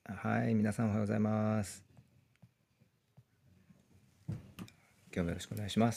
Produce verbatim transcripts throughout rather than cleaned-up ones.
はい、皆さんおはようございます。今日もよろしくお願いします。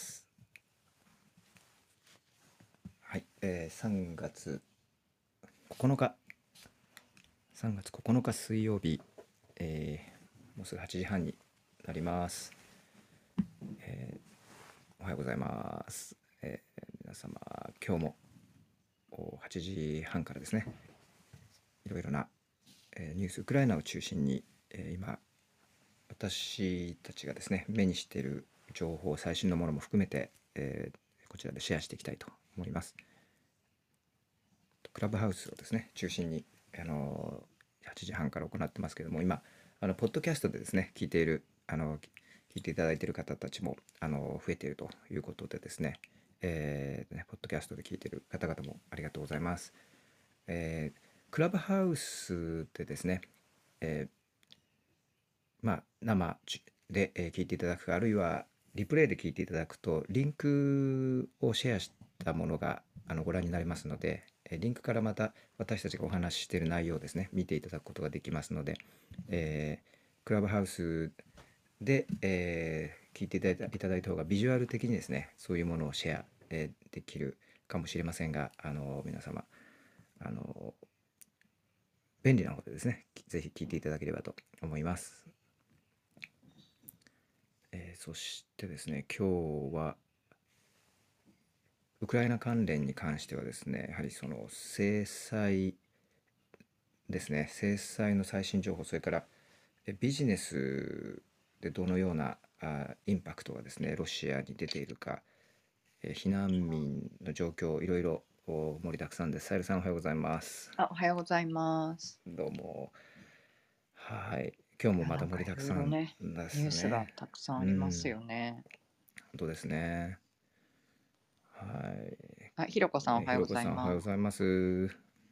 はい、えー、さんがつここのか、さんがつここのか水曜日、えー、もうすぐはちじはんになります。えーおはようございます。えー皆様、今日もおはちじはんからですね、いろいろな、えーニュース、ウクライナを中心に、えー今、私たちがですね、目にしている情報、最新のものも含めて、えーこちらでシェアしていきたいと思います。クラブハウスをですね中心にあのはちじはんから行ってますけども、今あのポッドキャストでですね聞いているあの聞いていただいている方たちもあの増えているということでですね、えーねポッドキャストで聞いている方々もありがとうございます。えークラブハウスでですね、えーまあ生でえー聞いていただくか、あるいはリプレイで聞いていただくとリンクをシェアしたものがあのご覧になりますので、えーリンクからまた私たちがお話ししている内容をですね見ていただくことができますので、えークラブハウスで、えー聞いていただいたいただいた方がビジュアル的にですねそういうものをシェア、えーできるかもしれませんが、あの皆様あの便利な方でですねぜひ聞いていただければと思います。えーそしてですね、今日はウクライナ関連に関してはですね、やはりその制裁ですね、制裁の最新情報、それからえビジネスでどのようなあインパクトがですね、ロシアに出ているか、えー避難民の状況、いろいろお盛りだくさんです。さゆるさん、おはようございます。 あ、おはようございます。 どうも。はい。今日もいや、 また盛なんかいりだくさんろいろね、 ですニュースがね。 たくさんうありますん、 よね。 本当ですね。はい。 あ、ひろこさんおえーひはようごろこさん、おはようざいます。 ございます。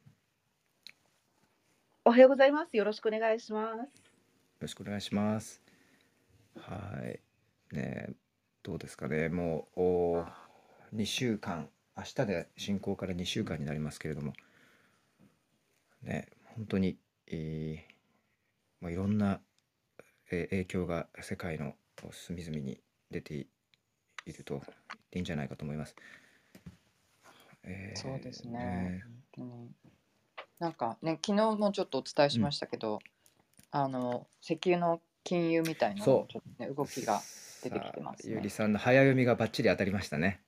おはようございます。よろしくお願いします。 よろしくお願いします。はい。ね、どうですかね。もうおにしゅうかん、明日で侵攻からにしゅうかんになりますけれども、ね、本当に、えーまあ、いろんな、えー影響が世界の隅々に出ていると言っていいんじゃないかと思います。 そうですえーね。 ね、 本当に。なんかね、昨日もちょっとお伝えしまうん、 したけど、あの、石油の金融みたいのもそちょっとね、 う。 動きが出てきさあ、 てますね。 ゆりさんの早読みがバッチリ当たりましたね。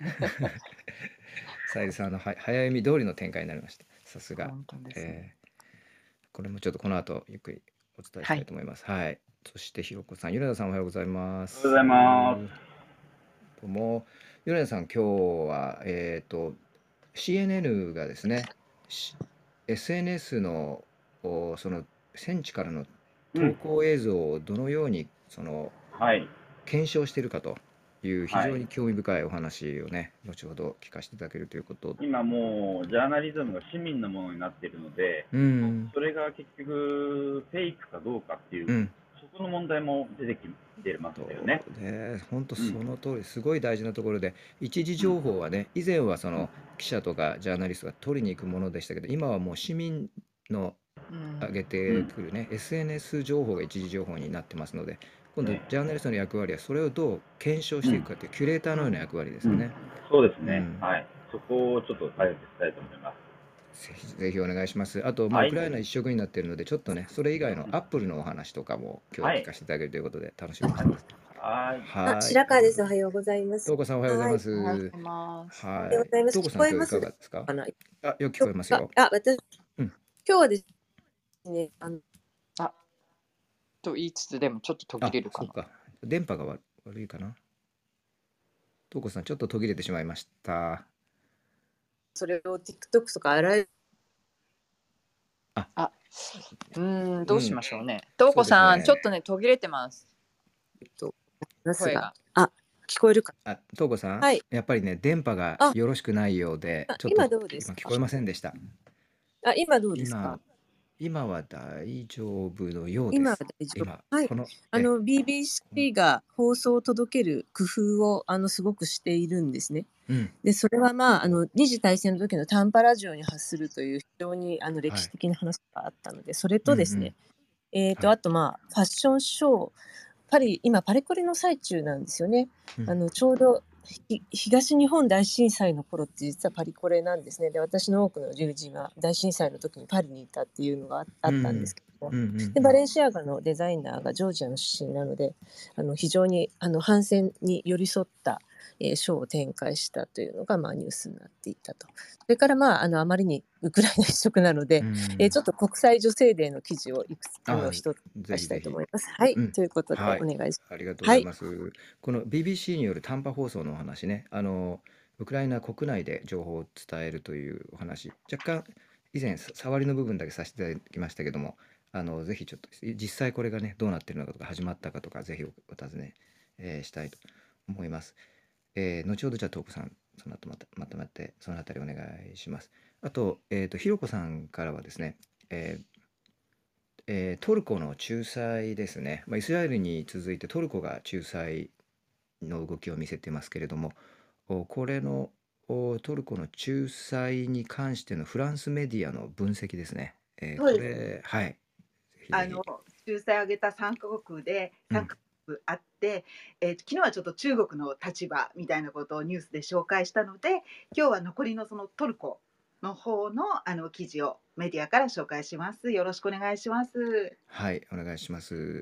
さゆりさんのは早読み通りの展開になりました。さすが。 本当ですね。 えーこれもちょっとこの後ゆっくりお伝えしはい。 たいと思います。はい。そしてひろこさん、ゆれなさんおはようございまおはようございす。 ます。 どうも。ゆれなさん、今日は、えっと、シーエヌエヌ がですね、し エスエヌエス のおその戦地からの投うん。 稿映像をどのようにそのはい。 検証しているかという非はい。 常に興味深いお話をね、後ほど聞かせていただけるということ。 今もう、ジャーナリズムが市民のものになっているので、 うん、 それが結局、フェイクかどうかっていう、 うん。 そこの問題も出てきてますよね。 そうで、本当うん。 その通り、すごい大事なところで、一時情報はね、以前はその記者とかジャーナリストが取りに行くものでしたけど、今はもう市民のうん。 上げうん。 てくるね、エスエヌエス 情報が一時情報になってますので、今度、 ね。 ジャーナリストの役割はそれをどう検証うん。 していくかというキュレーターのような役割ですうん。 よね。 そうですね。 うん。 はい。そこをちょっと解説したいと思います。 ぜひぜひお願いします。あと、まあ、 はい。 ウクライナ一色になっているので、ちょっとね、それ以外のアップルのお話とかも今日ははい。 聞かせていただけるということで、楽しみにしてます。 はい。 あ、 はい。 白川です。おはようございます。 とうこさんおはようございはい。 まおはようごす。 ざいます。 おはようはい。 ございます。 とうこ聞さん今日いかこえますがですか？ かな。 あ、よく聞今日あ、 こえますよ。 あ、私、 うん。 今日はですね、あの、 あ、と言いつつでもちょっと途切あ、 れるかな。 そうか。電波が悪悪いかな。とうこさんちょっと途切れてしまいました。 それを TikTok とかあらゆる、 あ、 あ、うーん、どうしうん。 ましょうね。とうそうこさん、ちょですね。 っとね、途切れてます。 と話すが、 声が。 あ、聞こえるか。 あ、とうこさん、 はい。 やっぱりね、電波があ、 よろしくないようで、 あちょっと今どうですか。 今聞こえませんでした。 あ、今どうです今、 か。 今は大丈夫のようで今はす。 大丈夫。 今、 はい。 この、 あえ、 の ビービーシー が放送を届ける工夫をあのすごくしているんですね。 うん、 で、それはまああの二次大戦の時の短波ラジオに発するという非常にあの歴はい。 史的な話があったので、それうんうとですね、 ん。 えーと、 はい。 あとまあ、ファッションショー、パリ、今パリコレの最中なんですよね。 うん。 あの、ちょうど、ひ東日本大震災の頃って実はパリコレなんですね。で、私の多くの友人は大震災の時にパリにいたっていうのがああうったんですん。 けども。 うんうんで、 うん。 バレンシアガのデザイナーがジョージアの出身なので、あの、非常にあの、反戦に寄り添った、えーショーを展開したというのが、まあ、ニュースになっていたと。それからまあ、あの、あまりにウクライナ一色なのうで、えーちん。 ょっと国際女性デーの記事をいくつ、あの、 あ、 一つぜひぜひ。 出したいと思います。はい。 うん。 ということで、 はい。 お願いしありがとうごはい。 ざいます。この ビービーシー による短波放送のお話ね、あの、ウクライナ国内で情報を伝えるというお話、若干以前さ触りの部分だけさせていただきましたけども、あの、ぜひちょっと実際これがね、どうなってるのかとか始まったかとか、ぜひおお尋ね、えーしたいと思います。えー後ほどじゃあトークさん、その後またまとめて、そのあたりお願いします。あと、えっと、ひろこさんからはですね、えーえートルコの仲裁ですね、まあ、イスラエルに続いてトルコが仲裁の動きを見せてますけれども、おこれのおトルコの仲裁に関してのフランスメディアの分析ですね。えーこそうです。 れ、はい、ぜひぜあのひ。 仲裁を挙げたさんカ国で3 うん、 カ国あって、えー昨日はちょっと中国の立場みたいなことをニュースで紹介したので、今日は残りのそのトルコの方のあの記事をメディアから紹介します。よろしくお願いします。 はい、お願いします。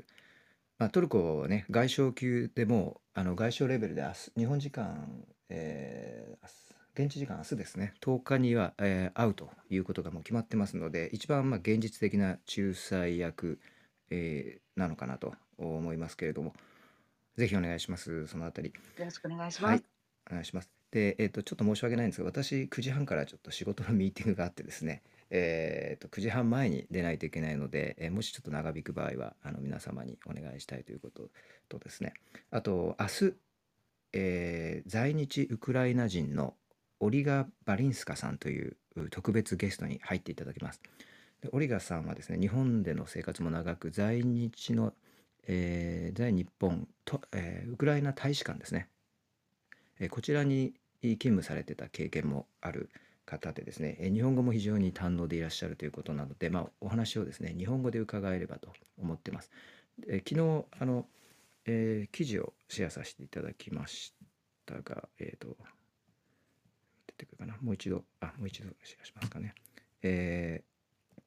まあ、トルコはね、外相級でもう、あの外相レベルで明日、日本時間、えー明日現地時間明日ですね、とおかには、えー会うということがもう決まってますので、一番まあ現実的な仲裁役、えーなのかなと思いますけれども、ぜひお願いします、そのあたり。 よろしくお願いしはい、 ます。 お願いします。で、えっと、ちょっと申し訳ないんですが、私、くじはんからちょっと仕事のミーティングがあってですね、えっと、くじはんまえに出ないといけないので、えーもしちょっと長引く場合は、あの皆様にお願いしたいということとですね、あと、明日、えー在日ウクライナ人のオリガ・バリンスカさんという特別ゲストに入っていただきます。でオリガさんはですね、日本での生活も長く、在日の、えー在日本と、えーウクライナ大使館ですね、えーこちらに勤務されてた経験もある方でですね、えー日本語も非常に堪能でいらっしゃるということなので、まあ、お話をですね、日本語で伺えればと思ってます。で昨日あの、えー記事をシェアさせていただきましたが、えっ、と、出てくるかな、もう一度、あ、もう一度シェアしますかね。えー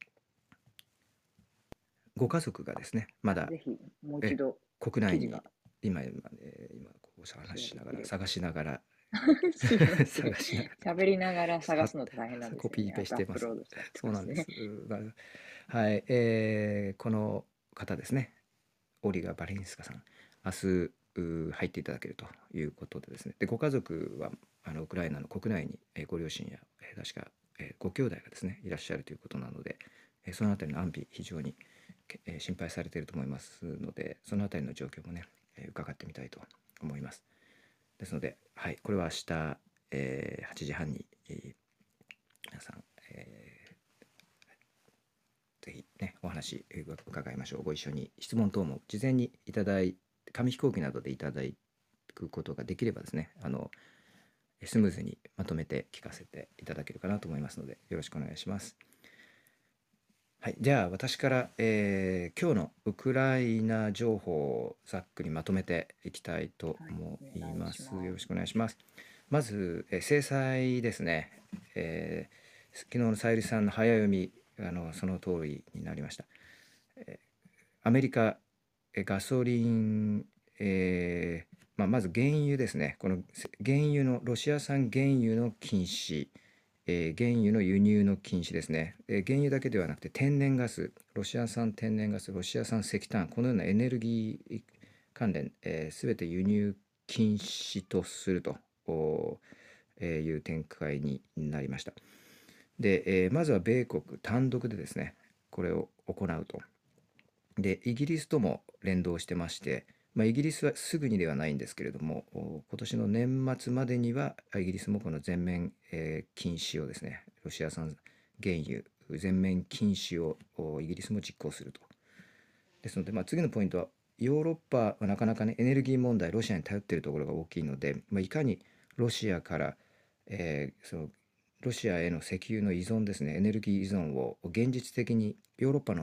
ご家族がですね、まだぜひもう一え度国内に記事が今、今、えー今こう話しながら、探しながら、 すいません。 探しながら、 喋りながら探さすのって大変なんですコピーよね。アッペしてます。 プロードしたりとかしてね。 そうなんです。まあはい、えーこの方ですね、オリガ・バリンスカさん、明日う入っていただけるということでですね、でご家族はあのウクライナの国内に、えーご両親や、えー確か、えーご兄弟がですねいらっしゃるということなので、えーそのあたりの安否非常に、けえー心配されていると思いますので、そのあたりの状況もね、えー伺ってみたいと思います。ですので、はい、これは明日、えーはちじはんに、えー皆さん、えーぜひね、お話えー伺いましょう。ご一緒に質問等も事前にいただい紙飛行機などでいただくことができればですね、あのスムーズにまとめて聞かせていただけるかなと思いますので、よろしくお願いします。はい、じゃあ私から、えー今日のウクライナ情報をざっくりまとめていきたいとはい、 思お願いいます。 します。 よろしくお願いします。まず、えー制裁ですね。えー昨日のさゆりさんの早読み、あのその通りになりました。えーアメリカ、えーガソリン、えーまあ、まず原油ですね。このせ原油の、ロシア産原油の禁止、えー原油の輸入の禁止ですね。えー原油だけではなくて天然ガス、ロシア産天然ガス、ロシア産石炭、このようなエネルギー関連、えー、全て輸入禁止とするとおえーいう展開になりました。で、えーまずは米国単独でですね、これを行うと。で、イギリスとも連動してまして、まあ、イギリスはすぐにではないんですけれども、お今年の年末までにはあイギリスもこの全面、えー禁止をですね、ロシア産原油全面禁止をおイギリスも実行すると。ですので、まあ、次のポイントは、ヨーロッパはなかなかね、エネルギー問題、ロシアに頼っているところが大きいので、まあ、いかにロシアから、えーそのロシアへの石油の依存ですね、エネルギー依存を現実的にヨーロッパの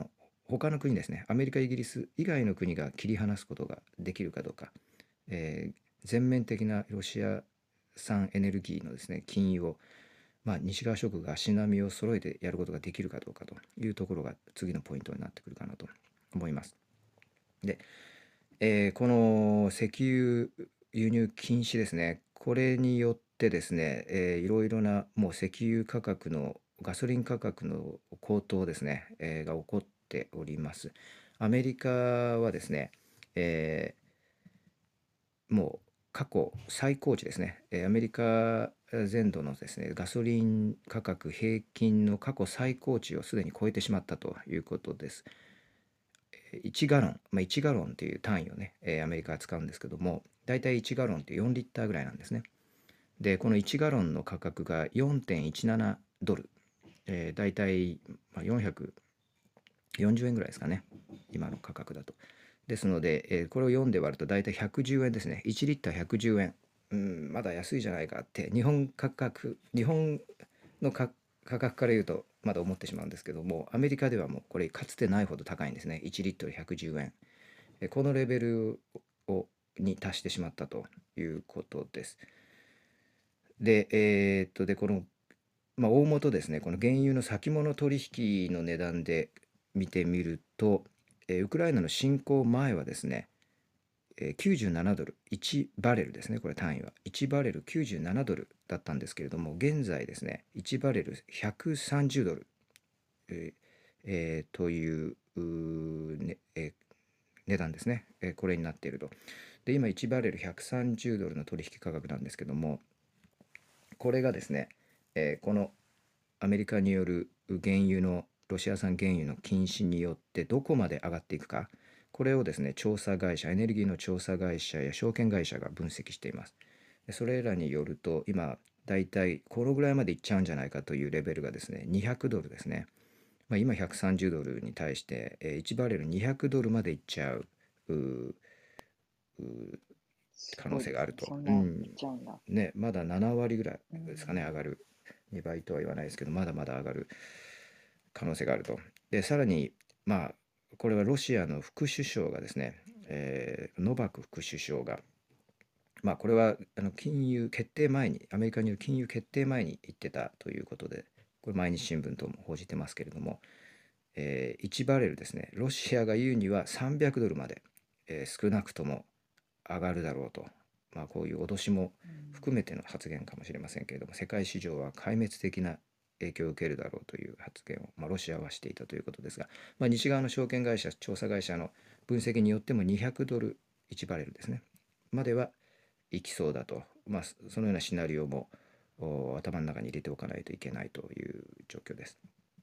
他の国ですね、アメリカイギリス以外の国が切り離すことができるかどうか、えー全面的なロシア産エネルギーのですね禁輸を、まあ、西側諸国が足並みを揃えてやることができるかどうかというところが次のポイントになってくるかなと思います。で、えーこの石油輸入禁止ですね、これによってですね、えーいろいろなもう石油価格のガソリン価格の高騰ですね、えーが起こっております。アメリカはですね、えーもう過去最高値ですね、えーアメリカ全土のですねガソリン価格平均の過去最高値をすでに超えてしまったということです。いちガロン、まあ、いちガロンという単位をね、えーアメリカは使うんですけども、だいたいいちガロンってよんリッターぐらいなんですね。で、このいちガロンの価格が よんてんいちなな ドル、えー、だいたいまあよんひゃくよんじゅうえんぐらいですかね、今の価格だと。ですので、えーこれをよんで割るとだいたいひゃくじゅうえんですね。いちリッターひゃくじゅうえん。うん、まだ安いじゃないかって、日本価格、日本の価価格から言うとまだ思ってしまうんですけども、アメリカではもうこれかつてないほど高いんですね。いちリットルひゃくじゅうえん。えこのレベルをに達してしまったということです。で、えーっと、で、この、まあ、大元ですね、この原油の先物取引の値段で見てみると、えーウクライナの侵攻前はですね、えーきゅうじゅうななドル、いちバレルですね、これ単位は。いちバレルきゅうじゅうななドルだったんですけれども、現在ですね、いちバレルひゃくさんじゅうドル、えーえーといううーねえー値段ですね、えーこれになっていると。で、今いちバレルひゃくさんじゅうドルの取引価格なんですけども、これがですね、えーこのアメリカによる原油のロシア産原油の禁止によってどこまで上がっていくか、これをですね調査会社、エネルギーの調査会社や証券会社が分析しています。でそれらによると今だいたいこのぐらいまでいっちゃうんじゃないかというレベルがですねにひゃくドルですね。まあ、今ひゃくさんじゅうドルに対して、えーいちバレルにひゃくドルまでいっちゃううーうー可能すごいですね。 性があると。 そんな、いっうんちゃうんだ。 ね、まだなな割ぐらいうですかね、 ん。 上がる。にばいとは言わないですけど、まだまだ上がる可能性があると。で、さらに、まあ、これはロシアの副首相がですね、えーノバク副首相が、まあ、これはあの金融決定前に、アメリカによる金融決定前に言ってたということで、これ毎日新聞とも報じてますけれども、えーいちバレルですね、ロシアが言うにはさんびゃくドルまで、えー少なくとも上がるだろうと、まあ、こういう脅しも含めての発言かもしれませんけれども、世界市場は壊滅的な影響を受けるだろうという発言を、まあ、ロシアはしていたということですが、まあ、西側の証券会社、調査会社の分析によってもにひゃくドルいちバレルですね、まではいきそうだと、まあ、そのようなシナリオも頭の中に入れておかないといけないという状況です。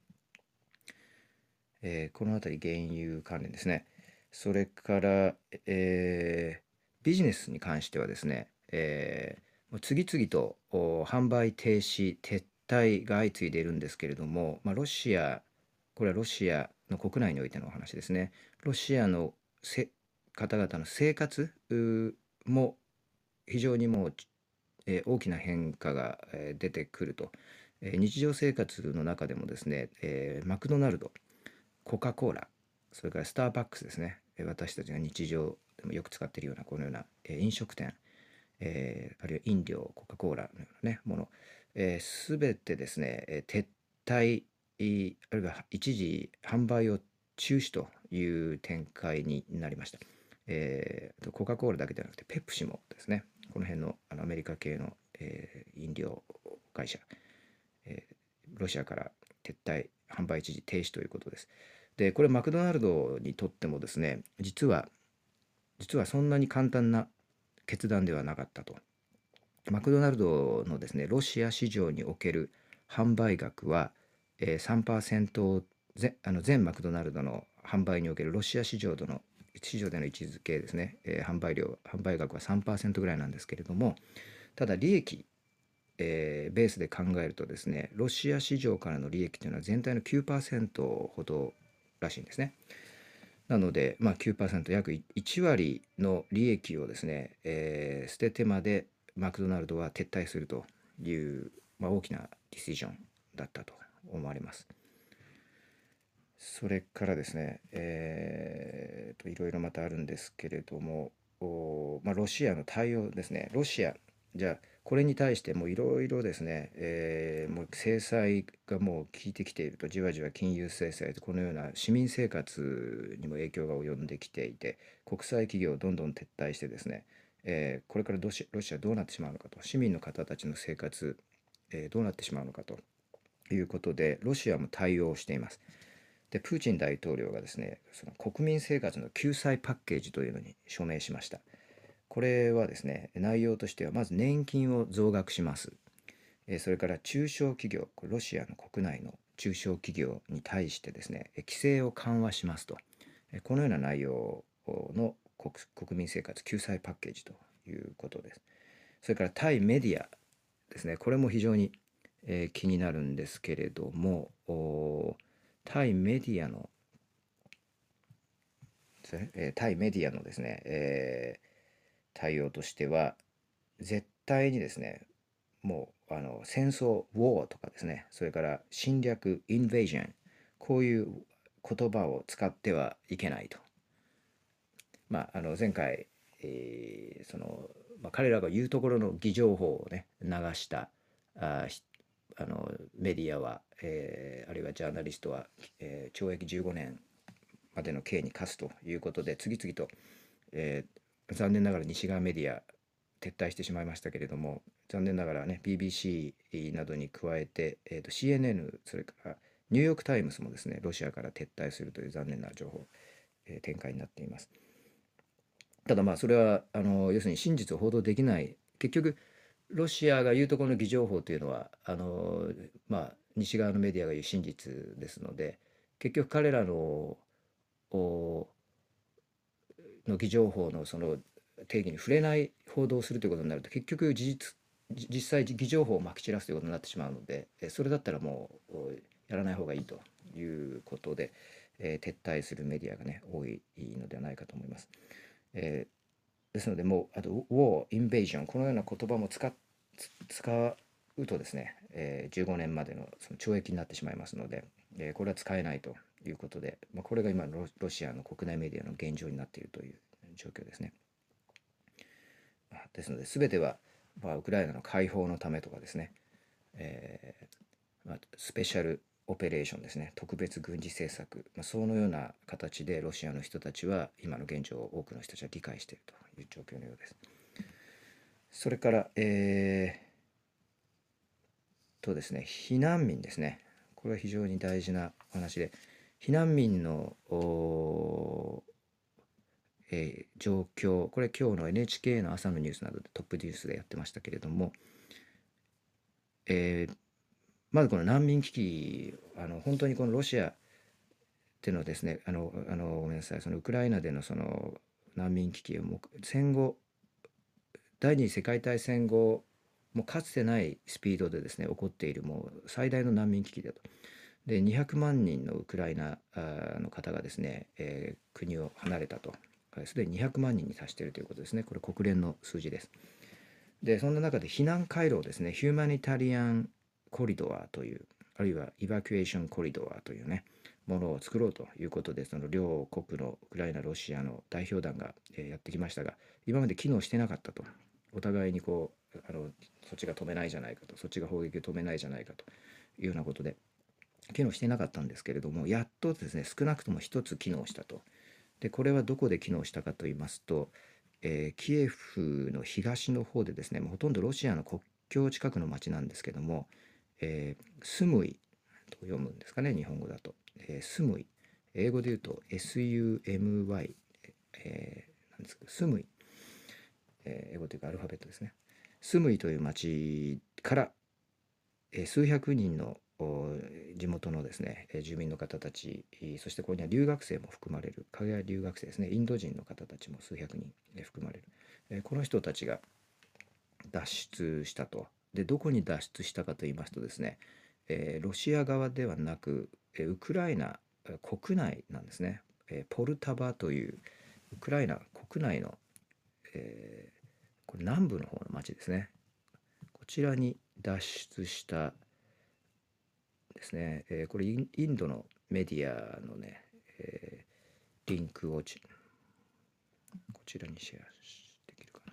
えーこのあたり原油関連ですね。それから、えービジネスに関してはですね、えーもう次々とお販売停止、撤退が相次いでいるんですけれども、まあ、ロシア、これはロシアの国内においてのお話ですね。ロシアのせ方々の生活うーも非常にもう、えー大きな変化が、えー出てくると。えー日常生活の中でもですね、えーマクドナルド、コカ・コーラ、それからスターバックスですね、えー私たちが日常でもよく使っているようなこのような、えー飲食店、えーあるいは飲料、コカ・コーラのような、ね、もの、えー、全てですね、えー撤退、えーあるいは一時販売を中止という展開になりました。えーとコカ・コーラだけではなくてペプシもですね、この辺の、あのアメリカ系の、えー飲料会社、えーロシアから撤退、販売一時停止ということです。で、これマクドナルドにとってもですね、実は、実はそんなに簡単な決断ではなかったと。マクドナルドのですね、ロシア市場における販売額は、えー、さんパーセントをぜあの全マクドナルドの販売におけるロシア市場での市場での位置づけですね、えー販売量、販売額はさんパーセントぐらいなんですけれども、ただ利益、えーベースで考えるとですね、ロシア市場からの利益というのは全体の きゅうパーセント ほどらしいんですね。なので、まあ、きゅうパーセント、約いち割の利益をですね、えー捨ててまでマクドナルドは撤退するという、まあ、大きなディシジョンだったと思われます。 それからですね、えーと、いろいろまたあるんですけれども、おまあ、ロシアの対応ですね。ロシア、じゃあ、これに対してもいろいろですね、えーもう制裁がもう効いてきていると、じわじわ金融制裁と、このような市民生活にも影響が及んできていて、国際企業どんどん撤退してですね、えーこれからロシロシアどうなってしまうのかと、市民の方たちの生活、えーどうなってしまうのかということで、ロシアも対応しています。で、プーチン大統領がですね、その国民生活の救済パッケージというのに署名しました。これはですね、内容としてはまず年金を増額します。えーそれから中小企業、これロシアの国内の中小企業に対してですね、えー規制を緩和しますと。えーこのような内容の国、国民生活救済パッケージということです。それから対メディアですね、これも非常に、えー気になるんですけれども、おー対メディアのですねえー対メディアのですね、えー対応としては、絶対にですね、もうあの戦争、ウォーとかですね、それから侵略、インベージョン、こういう言葉を使ってはいけないと。まあ、あの前回、えーそのまあ、彼らが言うところの偽情報をね、流したあひあのメディアは、えーあるいはジャーナリストは、えー懲役じゅうごねんまでの刑に課すということで、次々と、えー残念ながら西側メディア撤退してしまいましたけれども、残念ながらね ビービーシー などに加えて、えーと シーエヌエヌ、それからニューヨーク・タイムズもですね、ロシアから撤退するという残念な情報、えー展開になっています。ただまあそれはあの要するに真実を報道できない、結局ロシアが言うところの偽情報というのはあのまあ西側のメディアが言う真実ですので、結局彼らのおの偽情報のその定義に触れない報道をするということになると、結局事実じ実際偽情報をまき散らすということになってしまうので、えそれだったらもうおやらない方がいいということで、えー撤退するメディアがね多いのではないかと思います。えーですので、もうあとウォー、インベージョン、このような言葉も使っ使うとですね、えーじゅうごねんまでのその懲役になってしまいますので、えーこれは使えないということで、まあ、これが今のロロシアの国内メディアの現状になっているという状況ですね。あですので、全ては、まあ、ウクライナの解放のためとかですね、えーまあ、スペシャルオペレーションですね、特別軍事政策、まあ、そのような形でロシアの人たちは今の現状を多くの人たちは理解しているという状況のようです。それから、えー、とですね、避難民ですね。これは非常に大事なお話で、避難民の、えー状況、これ今日の エヌエイチケー の朝のニュースなどでトップニュースでやってましたけれども、えーまずこの難民危機、あの本当にこのロシアでのですね、あの、あのごめんなさい、そのウクライナでのその難民危機をもう戦後、第二次世界大戦後、もうかつてないスピードでですね、起こっているもう最大の難民危機だと。で、にひゃくまんにんのウクライナあの方がですね、えー国を離れたと。すでににひゃくまんにんに達しているということですね。これ国連の数字です。で、そんな中で避難回廊ですね、ヒューマニタリアンコリドアという、あるいはイバキュエーションコリドアというね、ものを作ろうということで、その両国のウクライナ、ロシアの代表団がえーやってきましたが、今まで機能してなかったと。お互いにこう、あのそっちが止めないじゃないかと、そっちが砲撃を止めないじゃないかというようなことで、機能していなかったんですけれども、やっとですね、少なくとも一つ機能したと。で、これはどこで機能したかと言いますと、えーキエフの東の方でですね、もうほとんどロシアの国境近くの町なんですけども、えースムイと読むんですかね、日本語だと。えースムイ。英語で言うと エスユーエムワイ、えーなんですか、スムイ。えー英語というかアルファベットですね。スムイという町から、えー数百人のお地元のですね、えー住民の方たち、そしてここには留学生も含まれる、海外留学生ですね、インド人の方たちも数百人、えー含まれる、えーこの人たちが脱出したと。で、どこに脱出したかと言いますとですね、えーロシア側ではなく、えーウクライナえー国内なんですね。えーポルタバというウクライナ国内の、えーこれ南部の方の町ですね。こちらに脱出したですね、えーこれインインドのメディアのね、えーリンクをちこちらにシェアできるかな。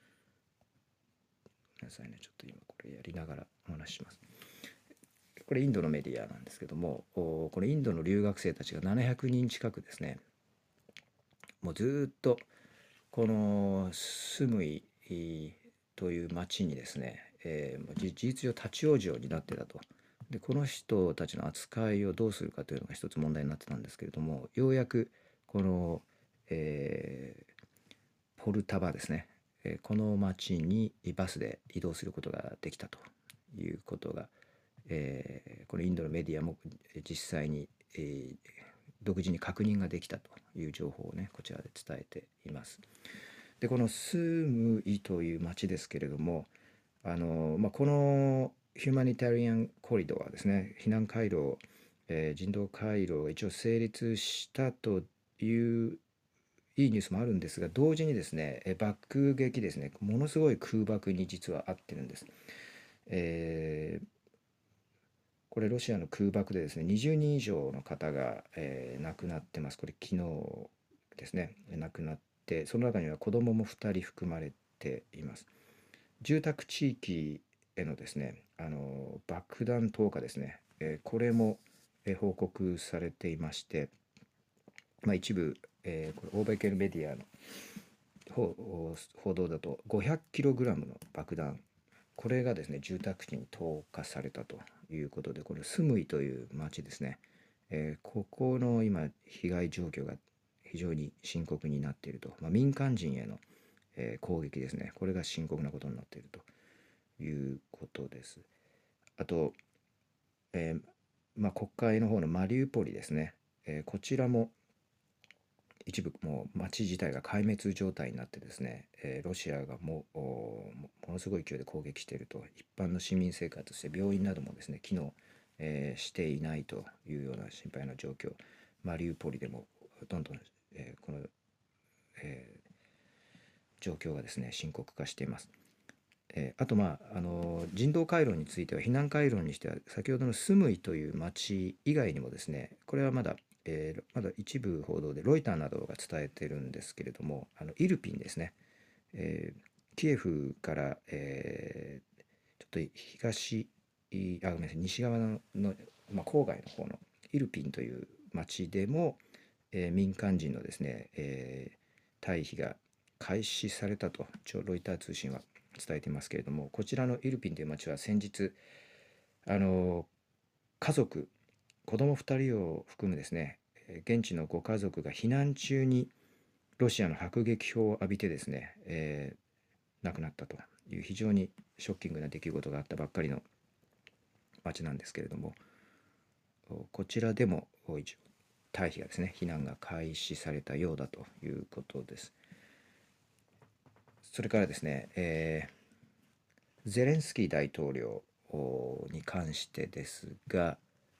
ごめんなさいね、ちょっと今これやりながらお話しします。これインドのメディアなんですけども、おこれインドの留学生たちがななひゃくにん近くですね、もうずーっとこのスムイという町にですね、えーもう事実上立ち往生になってたと。でこの人たちの扱いをどうするかというのが一つ問題になってたんですけれども、ようやくこの、えーポルタバですね、えーこの町にバスで移動することができたということが、えーこのインドのメディアも実際に、えー独自に確認ができたという情報をね、こちらで伝えています。でこのスムイという町ですけれども、あの、まあ、このヒューマニタリアンコリドーはですね、避難回廊、えー人道回廊が一応成立したといういいニュースもあるんですが、同時にですね、え爆撃ですね、ものすごい空爆に実は遭ってるんです。えーこれロシアの空爆でですね、にじゅうにん以上の方が、えー亡くなってます。これ昨日ですね、亡くなって、その中には子供もふたり含まれています。住宅地域へのですね、あの爆弾投下ですね、えーこれも、えー報告されていまして、まあ、一部、えーこれ欧米系のメディアの報報道だとごひゃくキログラムの爆弾、これがですね住宅地に投下されたということで、これスムイという町ですね、えーここの今被害状況が非常に深刻になっていると、まあ、民間人への、えー攻撃ですね、これが深刻なことになっているということです。あと、えーまあ、国会の方のマリウポリですね、えーこちらも一部もう町自体が壊滅状態になってですね、えーロシアがもうものすごい勢いで攻撃していると、一般の市民生活として病院などもですね機能、えーしていないというような心配な状況、マリウポリでもどんどん、えーこの、えー状況がですね深刻化しています。えーあと、まあ、あの人道回廊については、避難回廊にしては先ほどのスムイという町以外にもですね、これはまだ、えーまだ一部報道でロイターなどが伝えてるんですけれども、あのイルピンですね、えーキエフから、えーちょっと東あごめんなさい西側の、のまあ、郊外の方のイルピンという町でも、えー民間人のですね、えー退避が開始されたと一応ロイター通信は伝えていますけれども、こちらのイルピンという町は先日、あの家族子供ふたりを含むですね、えー現地のご家族が避難中にロシアの迫撃砲を浴びてですね、えー亡くなったという非常にショッキングな出来事があったばっかりの町なんですけれども、こちらでも一応退避がですね避難が開始されたようだということです。それからですね、えーゼレンスキー大統領に関してですが、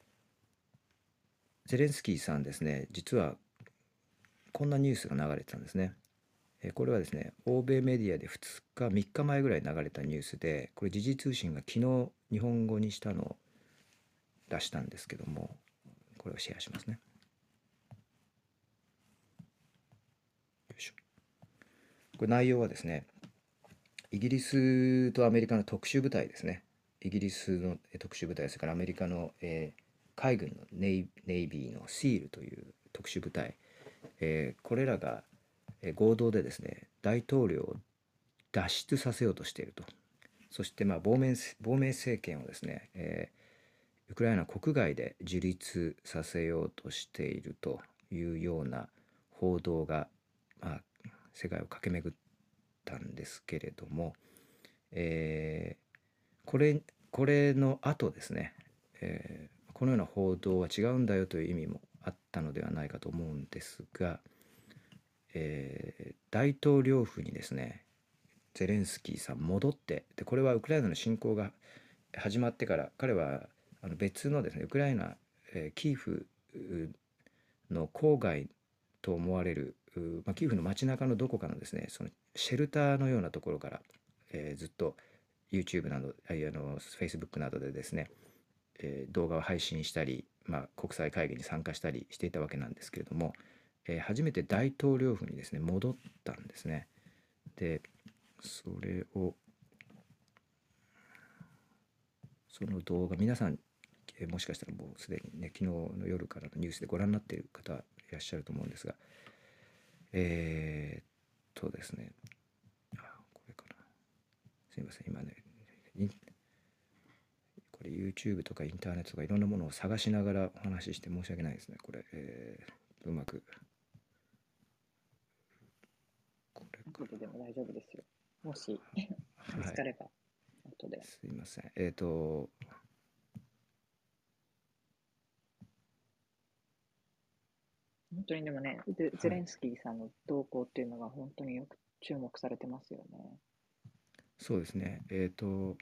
ゼレンスキーさんですね、実はこんなニュースが流れてたんですね。これはですね、欧米メディアでふつかみっかまえぐらい流れたニュースで、これ時事通信が昨日日本語にしたのを出したんですけども、これをシェアしますね。よいしょ。これ内容はですね、イギリスとアメリカの特殊部隊ですね。イギリスの特殊部隊、それからアメリカの、えー海軍のネイ、ネイビーのシールという特殊部隊、えーこれらが、えー合同でですね、大統領を脱出させようとしていると。そして、まあ、亡命、亡命政権をですね、えーウクライナ国外で樹立させようとしているというような報道が、まあ、世界を駆け巡ったんですけれども、えーこれこれの後ですね、えーこのような報道は違うんだよという意味もあったのではないかと思うんですが、えー大統領府にですねゼレンスキーさん戻って、でこれはウクライナの侵攻が始まってから、彼はあの別のですねウクライナ、えーキーフの郊外と思われる、まあ、キーフの街中のどこかのですねそのシェルターのようなところから、えーずっと YouTube などああの Facebook などでですね、えー動画を配信したり、 まあ、国際会議に参加したりしていたわけなんですけれども、えー初めて大統領府にですね戻ったんですね。でそれをその動画皆さん、えーもしかしたらもうすでにね昨日の夜からのニュースでご覧になっている方いらっしゃると思うんですが、えー、っとですねあこれかなすいません今ねインこれ YouTube とかインターネットとかいろんなものを探しながらお話しして申し訳ないですねこれ、えー、うまくこれか後ででも大丈夫ですよ。もしなはい見つかれば後で。 すいませんえっ、と本当にでもね、ゼゼレンスキーさんの動向っていうのが本当によく注目されてますよね。 そうですねえっ、と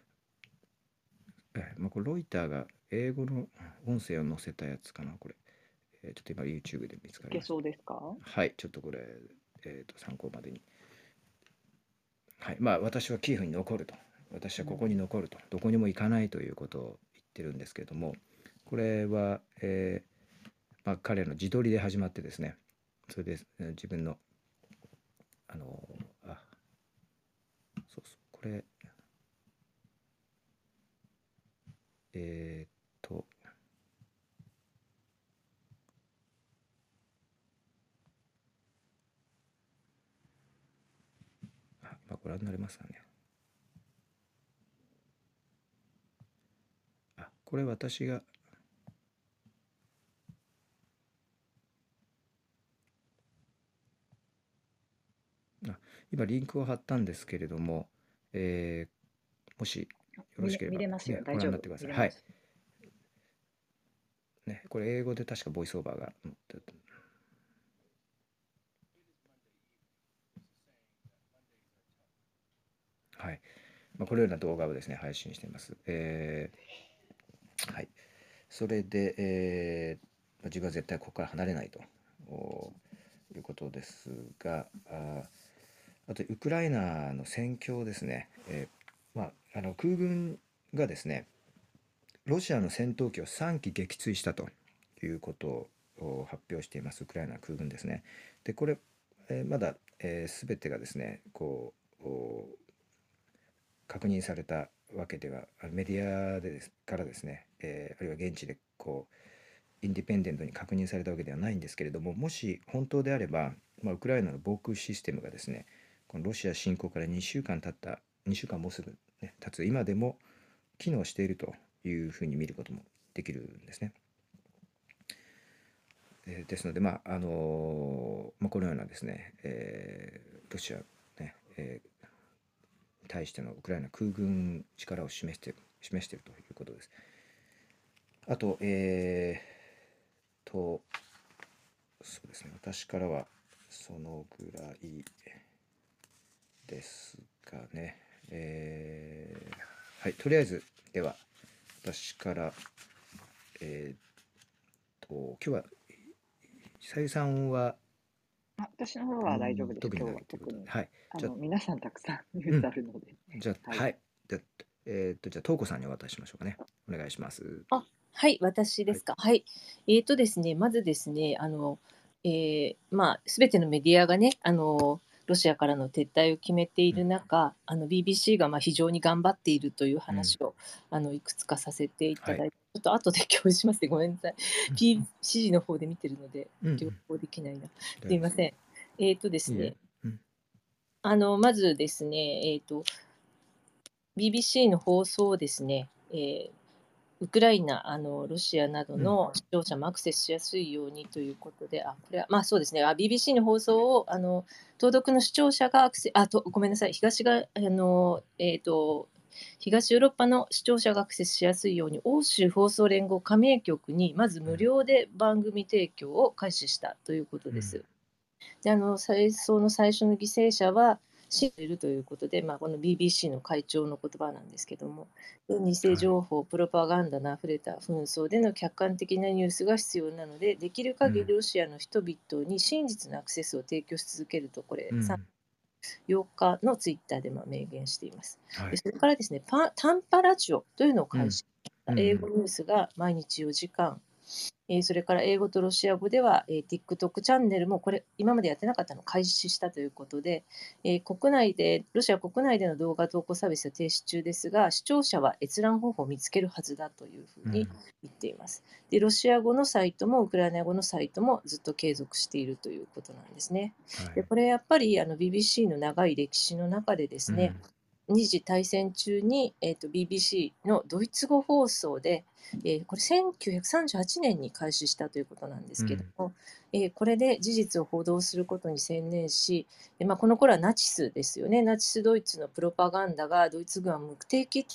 えまあ、これロイターが英語の音声を載せたやつかなこれ、えーちょっと今 YouTube で見つかいけりました。 そうですか？ はいちょっとこれ、えー、と参考までにはいまあ私はキエフに残ると私はここに残ると、どこにも行かないということを言ってるんですけれどもこれは、えーまあ、彼の自撮りで始まってですねそれでえー自分のあのーあそうそうこれえーっとあ今ご覧になれますかね。あこれ私があ今リンクを貼ったんですけれども、えーもしよろ見れしければ、 見れますよ。 ね、ご大丈夫。 覧になってください。はい。 見れます。 ね、これ英語で確かボイスオーバーが載ってるとはい。まあ、このような動画をですね、配信しています。えーはい。それで、えーまあ自分は絶対ここから離れないとおいうことですが、ああとウクライナの戦況ですね、えーまあ、あの空軍がですね、ロシアの戦闘機をさんき撃墜したということを発表しています、ウクライナ空軍ですね。で、これ、えーまだ、えー、全てがですね、こう、お確認されたわけでは、あのメディアでですからですね、えーあるいは現地でこう、インディペンデントに確認されたわけではないんですけれども、もし本当であれば、まあ、ウクライナの防空システムがですね、このロシア侵攻からにしゅうかん経った、にしゅうかんもうすぐ、ね、経つ今でも機能しているというふうに見ることもできるんですね。えーですので、まああのまあ、このようなですね、えーロシア、ねえーに対してのウクライナ空軍力を示している示しているということです。あと、えー、とそうですね、私からはそのぐらいですかね。えーはい、とりあえずでは私から、えー、と今日はさゆさんはあ、私の方は大丈夫です。 特に今日はないということで、 特に。 はい。じゃあ、 あの、皆さんたくさんニュうん、 ースあるので。 じゃあ、 はい。 はい。じゃあ、えーっと、じゃあ、トウコさんにお渡ししましょうかね。お願いします。 あ、はい、私ではい。 すか。はい。えーとですね、まずですね、あの、えーまあ、すべてのメディアがね、あの、ロシアからの撤退を決めている中、あの ビービーシー がまあ非常に頑張っているといううん、 話を、あのいくつかさせていはい。 ただいて、ちょっと後で共有しますね。ごめんなさい。 うん、 ピーシー の方で見てるので、 うん、う両ん、 方できないな。 大丈夫です。 すいません。えーとですいいえ。 ね、 うん、 あの、まずですね、えーと、ビービーシー の放送をですね、えーウクライナ、あのロシアなどうん、 の視聴者もアクセスしやすいようにということで、あ、これは、まあそうですね、あ ビービーシー の放送をあの登録の視聴者がアクセあと、ごめんなさい、東があの、えーと、東ヨーロッパの視聴者がアクセスしやすいように、欧州放送連合加盟局にまず無料で番組提供を開始したということうん、 です。であの戦争の最初の犠牲者は死んでいるということで、まあ、この ビービーシー の会長の言葉なんですけども、偽情報、プロパガンダのあふれた紛争での客観的なニュースが必要なので、できる限りロシアの人々に真実のアクセスを提供し続けると、これ、 うん、 よっかのツイッターでまあ明言しています。 はい。 でそれからですね、パ短波ラジオというのをうん、 開始したうん、 英語ニュースが毎日よじかんえーそれから英語とロシア語では、えー TikTok チャンネルもこれ今までやってなかったのを開始したということで、えー国内でロシア国内での動画投稿サービスは停止中ですが、視聴者は閲覧方法を見つけるはずだというふうに言っています。でロシア語のサイトもウクライナ語のサイトもずっと継続しているということなんですね。 はい。 でこれやっぱりあの ビービーシー の長い歴史の中でですね、二次大戦中に、えー、と ビービーシー のドイツ語放送で、えーこれせんきゅうひゃくさんじゅうはちねんに開始したということなんですけども、えーこれで事実を報道することに専念し、でまあ、この頃はナチスですよね。ナチスドイツのプロパガンダがドイツ軍は無敵。聞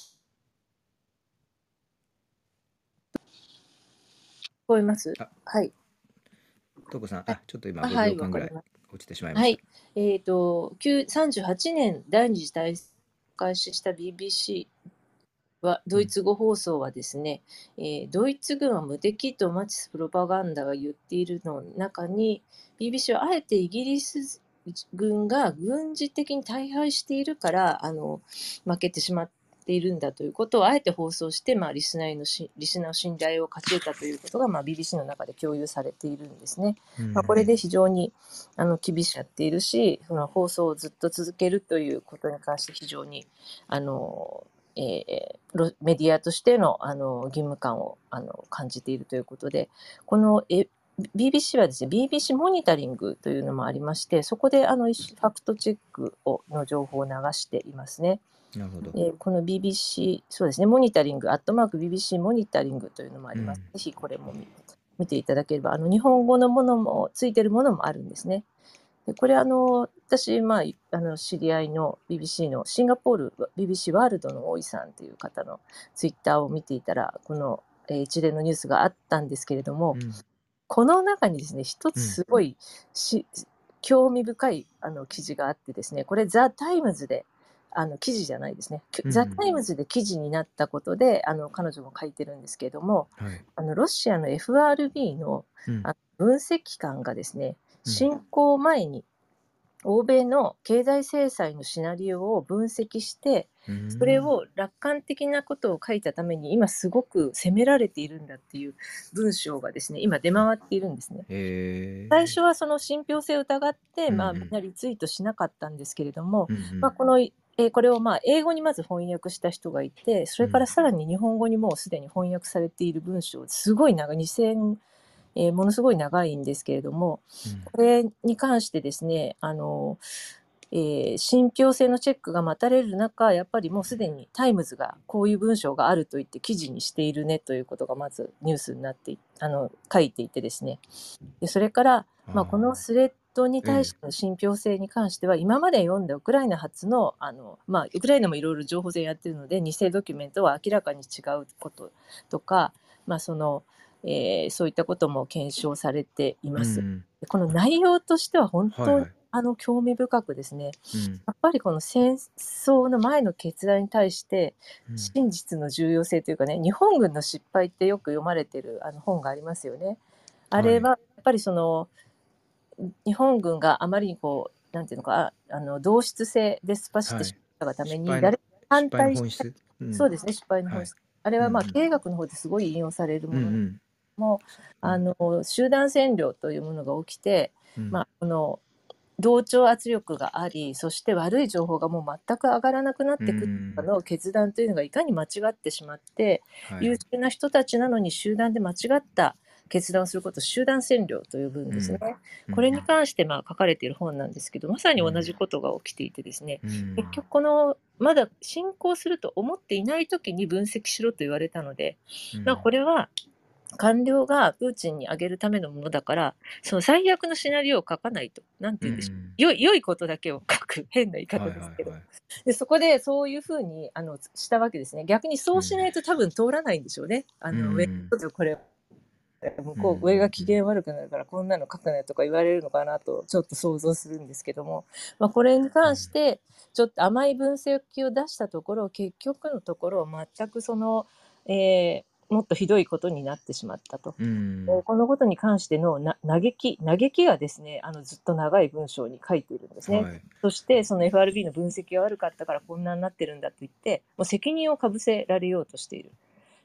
こえます？ あ、 はい。 トコさん、 はい。 あ、ちょっと今あ、 5 はい、 秒間ぐらいわかります。 落ちてしまいました。 はい。えっ、と、きゅうさんじゅうはちねん第二次大戦を開始した ビービーシーはドイツ語放送はですね、えードイツ軍は無敵とナチスプロパガンダが言っているの中に、ビービーシー はあえてイギリス軍が軍事的に大敗しているからあの負けてしまっているんだということをあえて放送して、まあ、リスナーのしリスナーの信頼を勝ち得たということが、まあ、ビービーシー の中で共有されているんですね。 うんまあ、これで非常にあの厳しくやっているし、その放送をずっと続けるということに関して非常にあのえーロメディアとしてのあの義務感をあの感じているということで、このえ ビービーシー はですね、ビービーシー モニタリングというのもありまして、そこであのファクトチェックをの情報を流していますね。 なるほど。 でこの ビービーシー、そうですね、モニタリング、アットマーク ビービーシー モニタリングというのもあります。 うんぜひこれも見見ていただければ、あの日本語のものもついているものもあるんですね。でこれあの私、まあ、あの知り合いの ビービーシー のシンガポール ビービーシー ワールドの大井さんという方のツイッターを見ていたら、この、えー一連のニュースがあったんですけれども、 うんこの中にですね、一うんつすごいし、興味深いあの記事があってですね、これザ・タイムズで、あの記事じゃないですね、 うんザ・タイムズで記事になったことで、あの彼女も書いてるんですけれども、 はい。 あのロシアの エフアールビー のうんあの分析官がですね、 うん侵攻前に欧米の経済制裁のシナリオを分析して、 うんそれを楽観的なことを書いたために今すごく責められているんだっていう文章がですね、今出回っているんですね。 へ最初はその信憑性を疑って、 うんうんまあ、みんなリツイートしなかったんですけれども、 うんうんまあ、このえーこれをまあ英語にまず翻訳した人がいて、それからさらに日本語にもうすでに翻訳されている文章、すごい長いにせん、えーものすごい長いんですけれども、 うんこれに関してですね、あの、えー信憑性のチェックが待たれる中、やっぱりもうすでにタイムズがこういう文章があると言って記事にしているねということがまずニュースになっていあの書いていてですね、でそれから、まあ、このスレッドに対しての信憑性に関しては、今まで読んだウクライナ発の、あの、まあ、ウクライナもいろいろ情報戦やってるので、偽ドキュメントは明らかに違うこととか、まあそのえーそういったことも検証されています。 うんでこの内容としては本当に、 はいはいあの興味深くですね、 うんやっぱりこの戦争の前の決断に対してうん真実の重要性というかね、日本軍の失敗ってよく読まれてるあの本がありますよね。あれはやっぱりその日本軍があまりにこうなんていうのかああの同質性で突っ走ってしまったがために、 失敗の誰反失敗の対し本質うんそうですね、失敗の本質、あれはまあうんうん経営学の方ですごい引用されるものうんうんも、あの集団占領というものが起きて、 うんまあ、この同調圧力があり、そして悪い情報がもう全く上がらなくなってくるかの決断というのがいかに間違ってしまって、 はい優秀な人たちなのに集団で間違った決断をすることを集団占領と呼ぶんですね。 うんこれに関してまあ書かれている本なんですけど、まさに同じことが起きていてですね、 うん結局このまだ進行すると思っていない時に分析しろと言われたので、 うんまあ、これは官僚がプーチンに上げるためのものだから、その最悪のシナリオを書かないと、なんて言うんでしょう、 うん良い良いことだけを書く、変な言い方はいですけど、 はいはいでそこでそういうふうにあのしたわけですね。逆にそうしないと多分通らないんでしょうね。あのうん上これ向こう上が機嫌悪くなるからこんなの書くなとか言われるのかなとちょっと想像するんですけども、まあ、これに関してちょっと甘い分析を出したところ、結局のところ全くその、えーもっとひどいことになってしまったと。 うんえーこのことに関してのな嘆き嘆きがですね、あのずっと長い文章に書いているんですね。 はいそしてその エフアールビー の分析が悪かったからこんなになってるんだと言って、もう責任をかぶせられようとしている。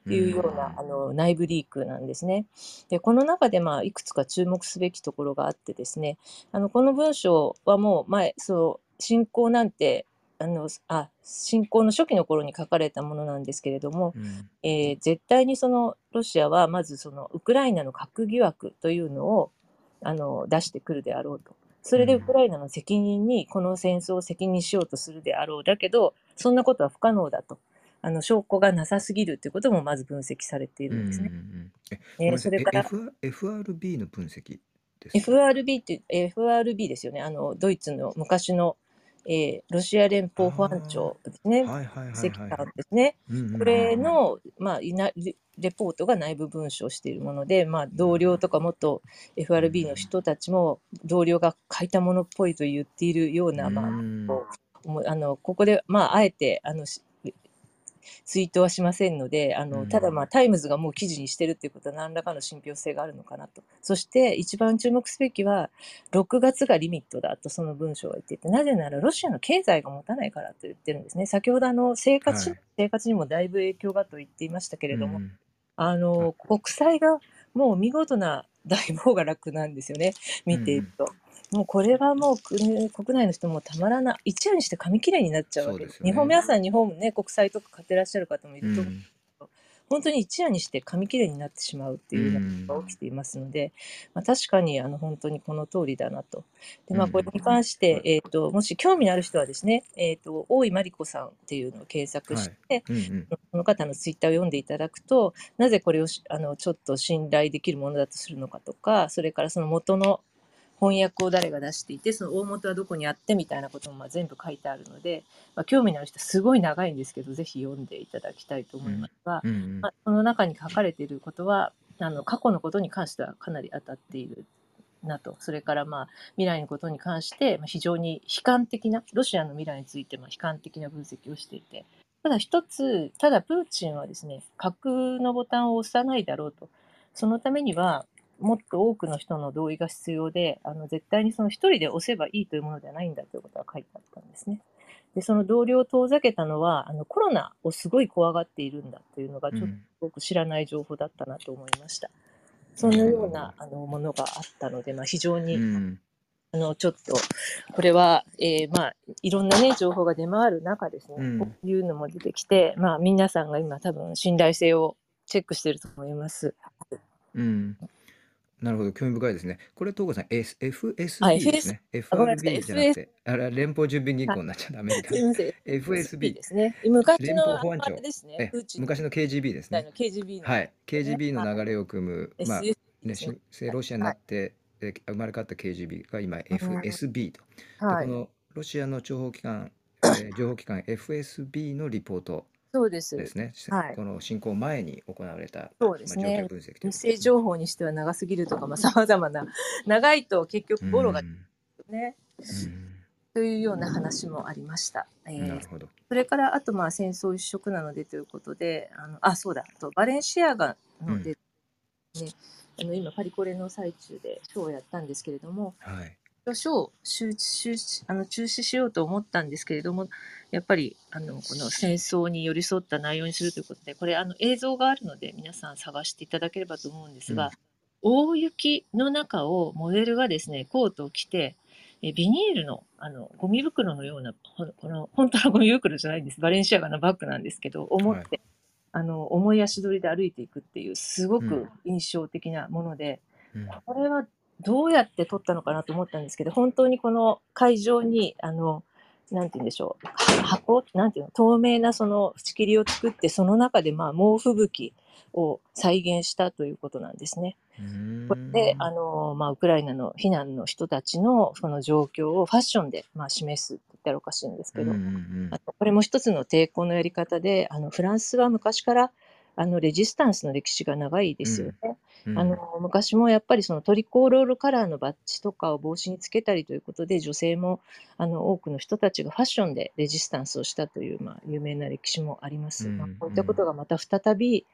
いうようなあの内部リークなんですね。でこの中でまあいくつか注目すべきところがあってですね、あのこの文章はもう前そう侵攻なんてあのあ侵攻の初期の頃に書かれたものなんですけれども、 うんえー絶対にそのロシアはまずそのウクライナの核疑惑というのをあの出してくるであろうと。それでウクライナの責任にこの戦争を責任しようとするであろう。だけどそんなことは不可能だと。あの証拠がなさすぎるということもまず分析されていうんうんるんですね。 うんえ、 えーごめんなさい。え、 それから F、エフアールビー の分析ですか？ エフアールビー って、エフアールビー ですよね。あのドイツの昔の、えーロシア連邦保安庁ですね。 はいはいはい石はいはい。 官ですね。 うんうんうんうんこれの、まあ、いなレレポートが内部文書をしているもので、まあ、同僚とか元 エフアールビー の人たちも同僚が書いたものっぽいと言っているような、まあ、 うんこうもうあのここで、まあ、あえてあのしツイートはしませんので、あうんのただ、まあ、タイムズがもう記事にしてるっていうことは何らかの信憑性があるのかなと。そして一番注目すべきは、ろくがつがリミットだとその文章が言っていて、なぜならロシアの経済が持たないからと言ってるんですね。先ほどあの生活,、 はい生活にもだいぶ影響がと言っていましたけれども、 うんあの国債がもう見事な大暴が落なんですよね、見ていると。もうこれはもう国国内の人もたまらない、一夜にして紙切れになっちゃうわけです。 そうですよね日本、皆さん日本ね、国債とか買ってらっしゃる方もいると思う。 うん本当に一夜にして紙切れになってしまうっていうようなことが起きていますので、まあ、確かにあの本当にこの通りだなと。で、まあ、これに関して、えー、ともし興味のある人はですね、えー、と大井真理子さんっていうのを検索して、 うんうんこの方のツイッターを読んでいただくと、なぜこれをしあのちょっと信頼できるものだとするのかとか、それからその元の翻訳を誰が出していて、その大元はどこにあってみたいなこともまあ全部書いてあるので、まあ、興味のある人はすごい長いんですけど、ぜひ読んでいただきたいと思いますが、 うんうんまあ、その中に書かれていることは、あの過去のことに関してはかなり当たっているなと。それからまあ未来のことに関してまあ非常に悲観的な、ロシアの未来についても悲観的な分析をしていて、ただ一つ、ただプーチンはですね、核のボタンを押さないだろうと。そのためには、もっと多くの人の同意が必要で、あの絶対にその一人で押せばいいというものではないんだということが書いてあったんですね。で、その同僚を遠ざけたのは、あのコロナをすごい怖がっているんだというのが、ちょっとすごく知らない情報だったなと思いました。そのようなあのものがあったので、まあ、非常に、 うんあのちょっとこれは、えーまあ、いろんな、ね、情報が出回る中ですね、 うんこういうのも出てきて、まあ、皆さんが今多分信頼性をチェックしていると思います。 うんなるほど、興味深いですね。これ、東郷さん、S- あ、 エフエスビー ですエフエス、 ね。 あ、ごめんなさい、 エフアールビー じゃなくて、あれ、連邦準備銀行になっちゃダメみたいな。 すみません、エフエスビーエフエスビー、 ですね。昔連のあのあれ邦保安庁、 ですね、 え、 プーチン昔の ケージービー ですね。 の ケージービー の、 はい、 ね、 ケージービーあの流れを組む、まあ、 エスエスビー でね、 すね。 新生ロシアになって、え生まれ変わった ケージービー が今 エフエスビー と。で、 はい、 このロシアの諜報機関、えー情報機関 エフエスビー のリポートそうです。 ですね。 はいこの侵攻前に行われた、 そうでまあ、状況すね。 分析ということ偽ですね。 情報にしては長すぎるとか、さまざ、まな、長いと結局ボロがうんね、 うんというような話もありました。えーなるほど。 それからあとまあ戦争一色なのでということで、あのあそうだあとバレンシアガので、ねあの今パリコレの最中でショーをやったんですけれども、 はい。 ショーを中止あの中止しようと思ったんですけれども、やっぱりあのこの戦争に寄り添った内容にするということで、これあの映像があるので皆さん探していただければと思うんですが、大雪の中をモデルがですねコートを着て、えビニールのあのゴミ袋のような、この本当のゴミ袋じゃないんです、バレンシアガのバッグなんですけど、思って、 はいあの重い足取りで歩いていくっていうすごうんく印象的なもので、 うんこれはどうやって撮ったのかなと思ったんですけど、本当にこの会場にあのなんて言うんでしょう、箱なんていうの、透明なその縁切りを作って、その中でまあ猛吹雪を再現したということなんですね。 うーんこれであの、まあ、ウクライナの避難の人たちのその状況をファッションでまあ示すって言ったらおかしいんですけど、 うんうんあのこれも一つの抵抗のやり方で、あのフランスは昔からあのレジスタンスの歴史が長いですよね。 うんあの昔もやっぱりそのトリコロールカラーのバッジとかを帽子につけたりということで、女性もあの多くの人たちがファッションでレジスタンスをしたという、まあ、有名な歴史もあります。 うんまあ、こういったことがまた再び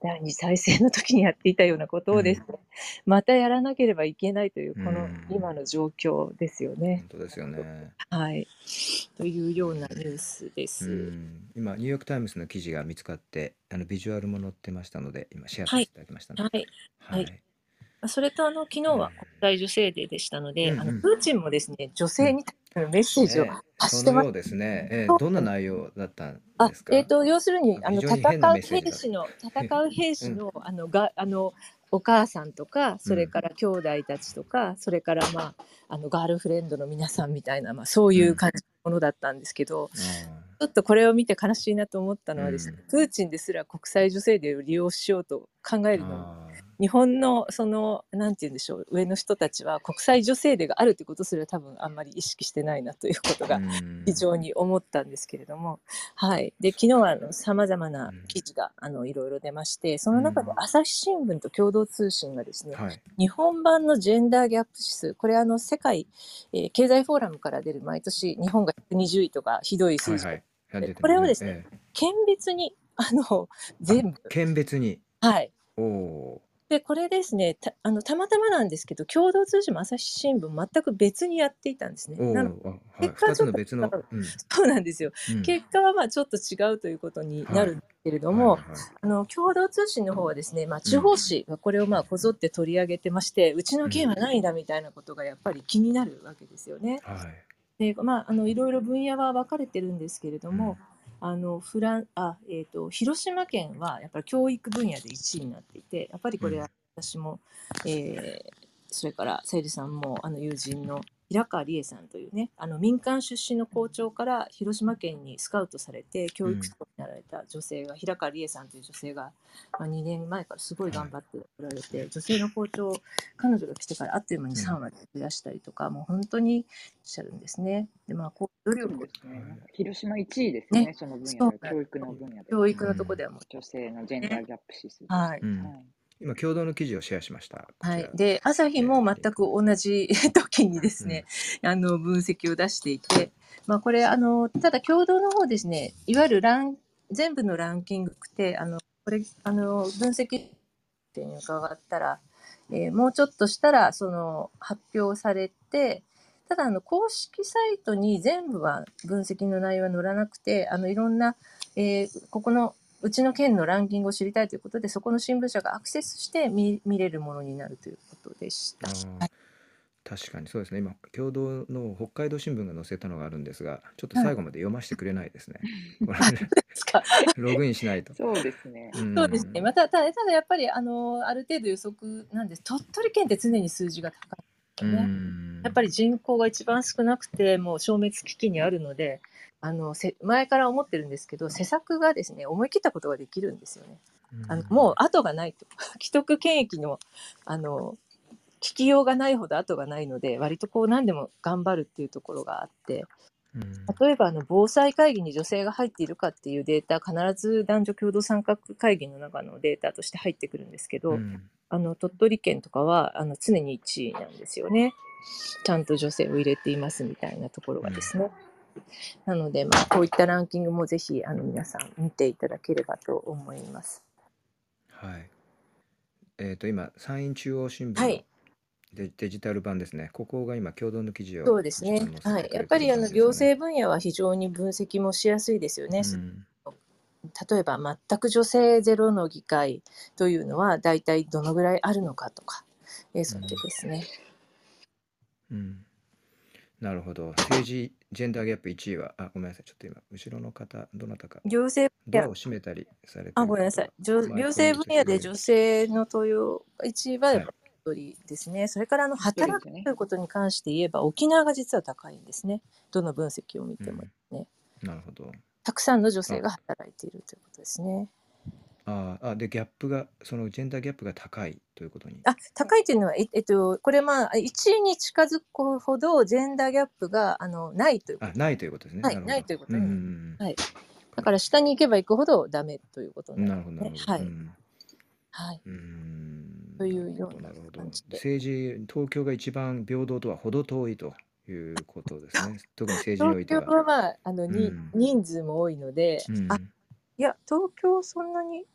第二次再生の時にやっていたようなことをですね、またやらなければいけないという、この今の状況ですよね。 本当ですよね。 はい。というようなニュースでうす。 ん、今ニューヨークタイムズの記事が見つかって、あのビジュアルも載ってましたので、今シェアさせていただきましたね。 はい。 ははいい。それとあの昨日は国際女性デーでしたので、 うんうんあのプーチンもですね、女性に対するメッセージをね、 発してます。 そのようですね。えそうどんな内容だったんあですか？ えー、と要するにあの非常に戦う変なメッセージだ兵士の戦う兵士の、あのがあのお母さんとか、それから兄弟たちとか、それからまああのガールフレンドの皆さんみたいな、まあ、そういう感じのものだったんですけど、 あちょっとこれを見て悲しいなと思ったのはですね、 うんプーチンですら国際女性デーを利用しようと考えーるのに、 あ日本のそのなんて言うんでしょう、上の人たちは国際女性デーがあるということすら多分あんまり意識してないなということーがうん非常に思ったんですけれども、はい。で、昨日はさまざまな記事があのいろいろ出まして、その中で朝日新聞と共同通信がですね、 はい。 日本版のジェンダーギャップ指数、これあの世界、えー経済フォーラムから出る毎年日本がひゃくにじゅういとかひどい数字、 はいはい。や出てますねこれをですね、 ええ県別にあの全部、 県別に。 はい。 おおでこれですね、たあのたまたまなんですけど、共同通信も朝日新聞全く別にやっていたんですね。 ー。おなのでお、あ、はい。 結果二つの別の。うん。 そうなんですよ。 うん結果はまあちょっと違うということになるんですけれども、 はいはいはいあの共同通信の方はですね、まあ、地方紙がこれをまあこぞって取り上げてまして、うちの県はないんだみたいなことがやっぱり気になるわけですよね。 はい。 でまあ、あのいろいろ分野は分かれてるんですけれども、あのフランあ、えー、と広島県はやっぱり教育分野でいちいになっていて、やっぱりこれは私も、えーそれからさゆりさんもあの友人の平川理恵さんというね、あの民間出身の校長から広島県にスカウトされて教育長になられた女性が、平川理恵さんという女性が、まあ、にねんまえからすごい頑張っておられて、女性の校長、彼女が来てからあっという間にさんわり増やしたりとか、もう本当にいらっしゃるんですね。でまあ、こう努そう力ですね。なんか広島いちいですよね、 ねその分そう野で、教育の分野で。 教育のとこではもう、 女性のジェンダーギャップ指数として。 はいうんはい今共同の記事をシェアしました。こちらはい、で朝日も全く同じ時にですね、あの分析を出していて、まあ、これあのただ共同の方ですね、いわゆるラン全部のランキングってあのこれあの分析って伺ったら、えーもうちょっとしたらその発表されて、ただあの公式サイトに全部は分析の内容は載らなくて、あのいろんな、えーここのうちの県のランキングを知りたいということで、そこの新聞社がアクセスして見見れるものになるということでした。 あー確かにそうですね。今共同の北海道新聞が載せたのがあるんですが、ちょっと最後まで読ませてくれないですね。これですかログインしないと。 そうですね。 んそうですね。また、ただ、ただやっぱりあのある程度予測なんです。鳥取県って常に数字が高い、ね。やっぱり人口が一番少なくて、もう消滅危機にあるので、あのせ前から思ってるんですけど、施策がですね、思い切ったことができるんですよね。あのもう後がないと。既得権益のあの聞きようがないほど後がないので、割とこう何でも頑張るっていうところがあって、 うん例えばあの防災会議に女性が入っているかっていうデータ、必ず男女共同参画会議の中のデータとして入ってくるんですけど、 うんあの鳥取県とかはあの常にいちいなんですよね。ちゃんと女性を入れていますみたいなところがですね。なので、まあ、こういったランキングもぜひあの皆さん見ていただければと思います。 はい。えっと今山陰中央新聞のはい、 デデジタル版ですね。ここが今共同の記事をそうですね一番載。せはい、 てくれやってぱりある感じですかねの行政分野は非常に分析もしやすいですよね。 うん例えば全く女性ゼロの議会というのは大体どのぐらいあるのかとか、えー、そうですね。 うんなるほど。政治ジェンダーギャップいちいは、あ、ごめんなさい。ちょっと今、後ろの方、どなたか、 行政ド分野アを閉めたりされてるあごめんなさい。行マイクを行政分野で女性の登用いちいはやっはいぱり一人ですね。それからあの一人です働くよねということに関して言えば、沖縄が実は高いんですね。どの分析を見てもね。 なるほど。 たくさんの女性が働いているということですね。 あーあ、で、ギャップが、そのジェンダーギャップが高いということに。 あ高いというのは、ええっと、これまあいちいに近づくほどジェンダーギャップがあのないということあ、ないということですね。 はいなるほど。 ないということにうんうんはい。だから下に行けば行くほどダメということうん。 になるなるほど、なるほど。 はいうんはい。 うーんというようななるほど。 感じで政治、東京が一番平等とは程遠いということですね。特に政治においては。 東京はまああのに、 うん人数も多いので、 うんあいや東京そんなに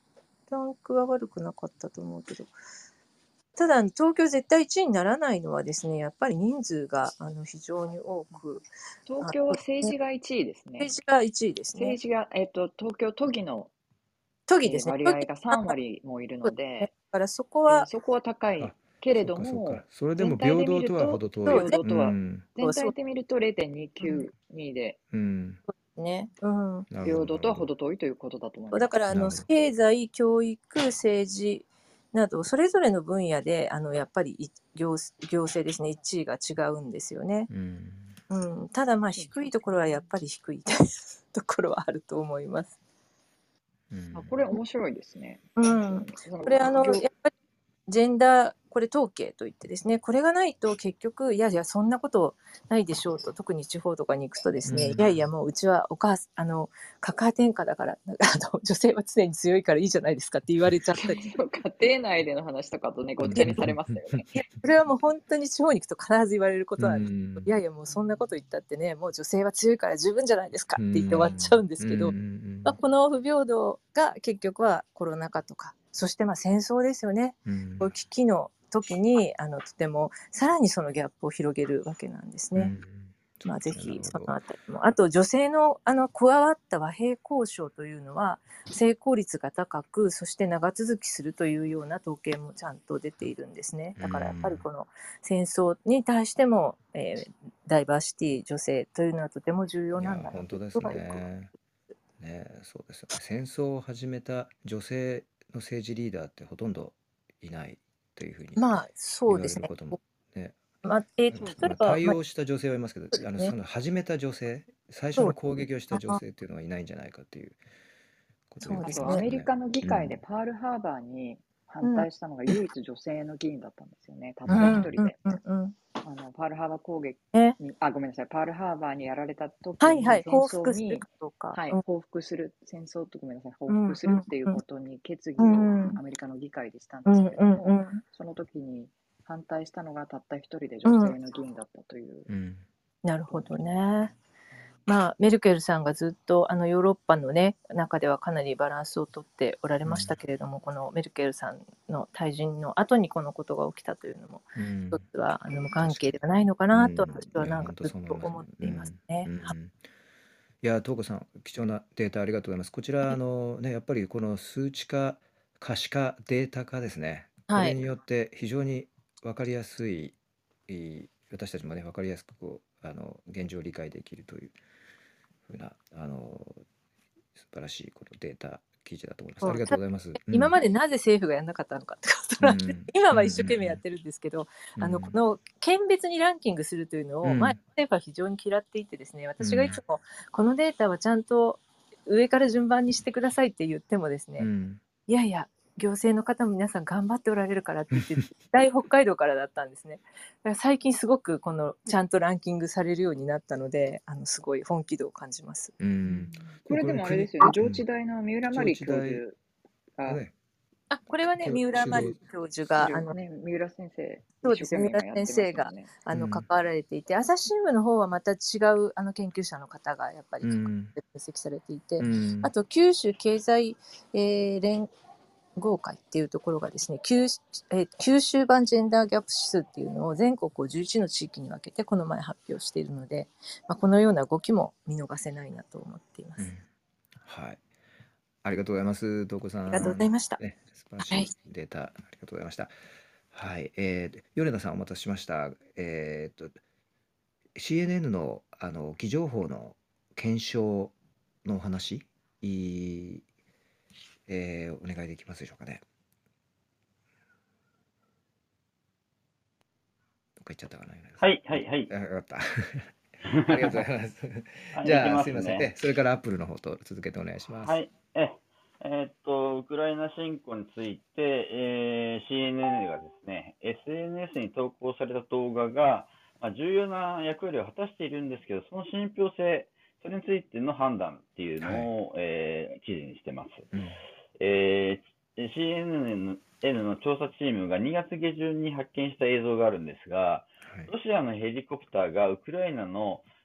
ランクは悪くなかったと思うけど、ただ東京絶対いちいにならないのはですね、やっぱり人数があの非常に多く、 東京は政治がいちいですね。 政治がいちいですね。 政治が、えっと、東京都議の、えー都議ですね。 割合がさん割もいるので、 だからそこは、 えーそこは高いあ、 けれどそうかそうもか。、それでも全体で見る平等とはと、 程遠い。 そう平等とは、 うん。 全体で見るとれいてんにきゅうにで、 うん。 ね、うん。 なるほ平等とはどなるほど。 程遠いということだと思います。 だからあのなるほど。 経済、教育、政治などそれぞれの分野であのやっぱりい行行政ですね、いちいが違うんですよね。 うん。 うん、ただまあそうです低いところはやっぱり低いところはあると思います。 うんあ、これ面白いですね。 うん、 本当にそのこれあの業やっぱりジェンダーこれ統計といってですね、これがないと結局いやいやそんなことないでしょうと、特に地方とかに行くとですね、 うんいやいやもううちはお母さんあのカカア天下だからあの女性は常に強いからいいじゃないですかって言われちゃったり、 そう家庭内での話とかとね、ごっちゃにされますよね。 いやそれはもう本当に地方に行くと必ず言われることなんです。 うんいやいやもうそんなこと言ったってね、もう女性は強いから十分じゃないですかって言って終わっちゃうんですけど、 うんうんまあ、この不平等が結局はコロナ禍とか、そしてまあ戦争ですよね。 うんこういう危機の時にあのとてもさらにそのギャップを広げるわけなんですね。 うんまあ、ぜそうですねひそなるほどのあたりも、あと女性のあの加わった和平交渉というのは成功率が高く、そして長続きするというような統計もちゃんと出ているんですね。だからやっぱりこの戦争に対しても、えーダイバーシティ女性というのはとても重要いやなんだなという本当ですことがよく、 ね。ね、そうですよね。戦争を始めた女性の政治リーダーってほとんどいないというふうにまあそ言わうですね。 れることもね。 まあえーそうですまあ、 例えば、まあ対応した女性はいますけど、あのねその始めた女性、最初そうの攻撃をした女あ性っていうのはいないんじゃないかっていうことをよくあそうですねとアメリ聞きますよね。 カの議会でうんパールハーバーに反うん対したのが唯一女性の議員だったんですよね。たっうんた一人で。 うんうんうんあのパールハーバー攻撃ね、 に、あ、ごめんなさい、パールハーバーにやられた時はいはい、 に戦報争に、 復するかどうか。 はい、 うん報復する、戦争とごめんなさい、報うん復するっていうことに決議をうんアメリカの議会でしたんですうんうんけれども、 うんその時に反対したのがたった一人でうん女性の議員だったという。 うんなるほどね。まあ、メルケルさんがずっとあのヨーロッパの、ね、中ではかなりバランスをとっておられましたけれども、このメルケルさんの退陣の後にこのことが起きたというのもうん一つはあの無関係ではないのかなとうん私はなんいや本当かずっとそう思います。 思っていますね。 うんうんうんいや、東子さん、貴重なデータありがとうございます。こちら、あのね、やっぱりこの数値化、可視化、データ化ですね。こはいれによって非常に分かりやすい、いい私たちもね、分かりやすくこう、あの、現状を理解できるというふうな、あの、素晴らしいこのデータ記事だと思います。ありがとうございます。 今まで、 でなぜ政府がやらなかったのかってことなんで、 うん今は一生懸命やってるんですけど、 うんあのこの県別にランキングするというのを、 うん前政府は非常に嫌っていてですね、私がいつもこのデータはちゃんと上から順番にしてくださいって言ってもですね、 うんいやいや行政の方も皆さん頑張っておられるからって言って大北海道からだったんですね。だから最近すごくこのちゃんとランキングされるようになったので、あのすごい本気度を感じます。 うんこれでもあれですよね、上智大の三浦真理教授が、 ねあ、これはね、 教三浦真理教授が、あの、 ね、三浦先生、 そうですね、 一生懸命今やってますもんね三浦先生があのうん関わられていて、朝日新聞の方はまた違うあの研究者の方がやっぱりうん分析されていて、 うんあと九州経済、えー連合会っていうところがですね、九、えー九州版ジェンダーギャップ指数っていうのを全国をじゅういちの地域に分けてこの前発表しているので、まあ、このような動きも見逃せないなと思っています。 うんはい。ありがとうございます、東子さん。 ありがとうございました。 ね、素晴らしはいいデータ、ありがとうございました。はい、えー、米田さんお待たせしました。えー、っと シーエヌエヌ のあの偽情報の検証のお話、いいえー、お願いできますでしょうかね。どっか行っちゃったかな。米田さんはい、はい、はい。 あよかった。ありがとうございます。 はいじゃあ、 いきますすいません。 ねえそれからアップルの方と続けてお願いします。 はい。え、えーっと、ウクライナ侵攻について、えー シーエヌエヌ がですね、エスエヌエス に投稿された動画が、まあ、重要な役割を果たしているんですけど、その信憑性、それについての判断っていうのを、えー記事にしてます。 うんえー シーエヌエヌ の調査チームがにがつ下旬に発見した映像があるんですが、 はいロシアのヘリコプターがウクライナの、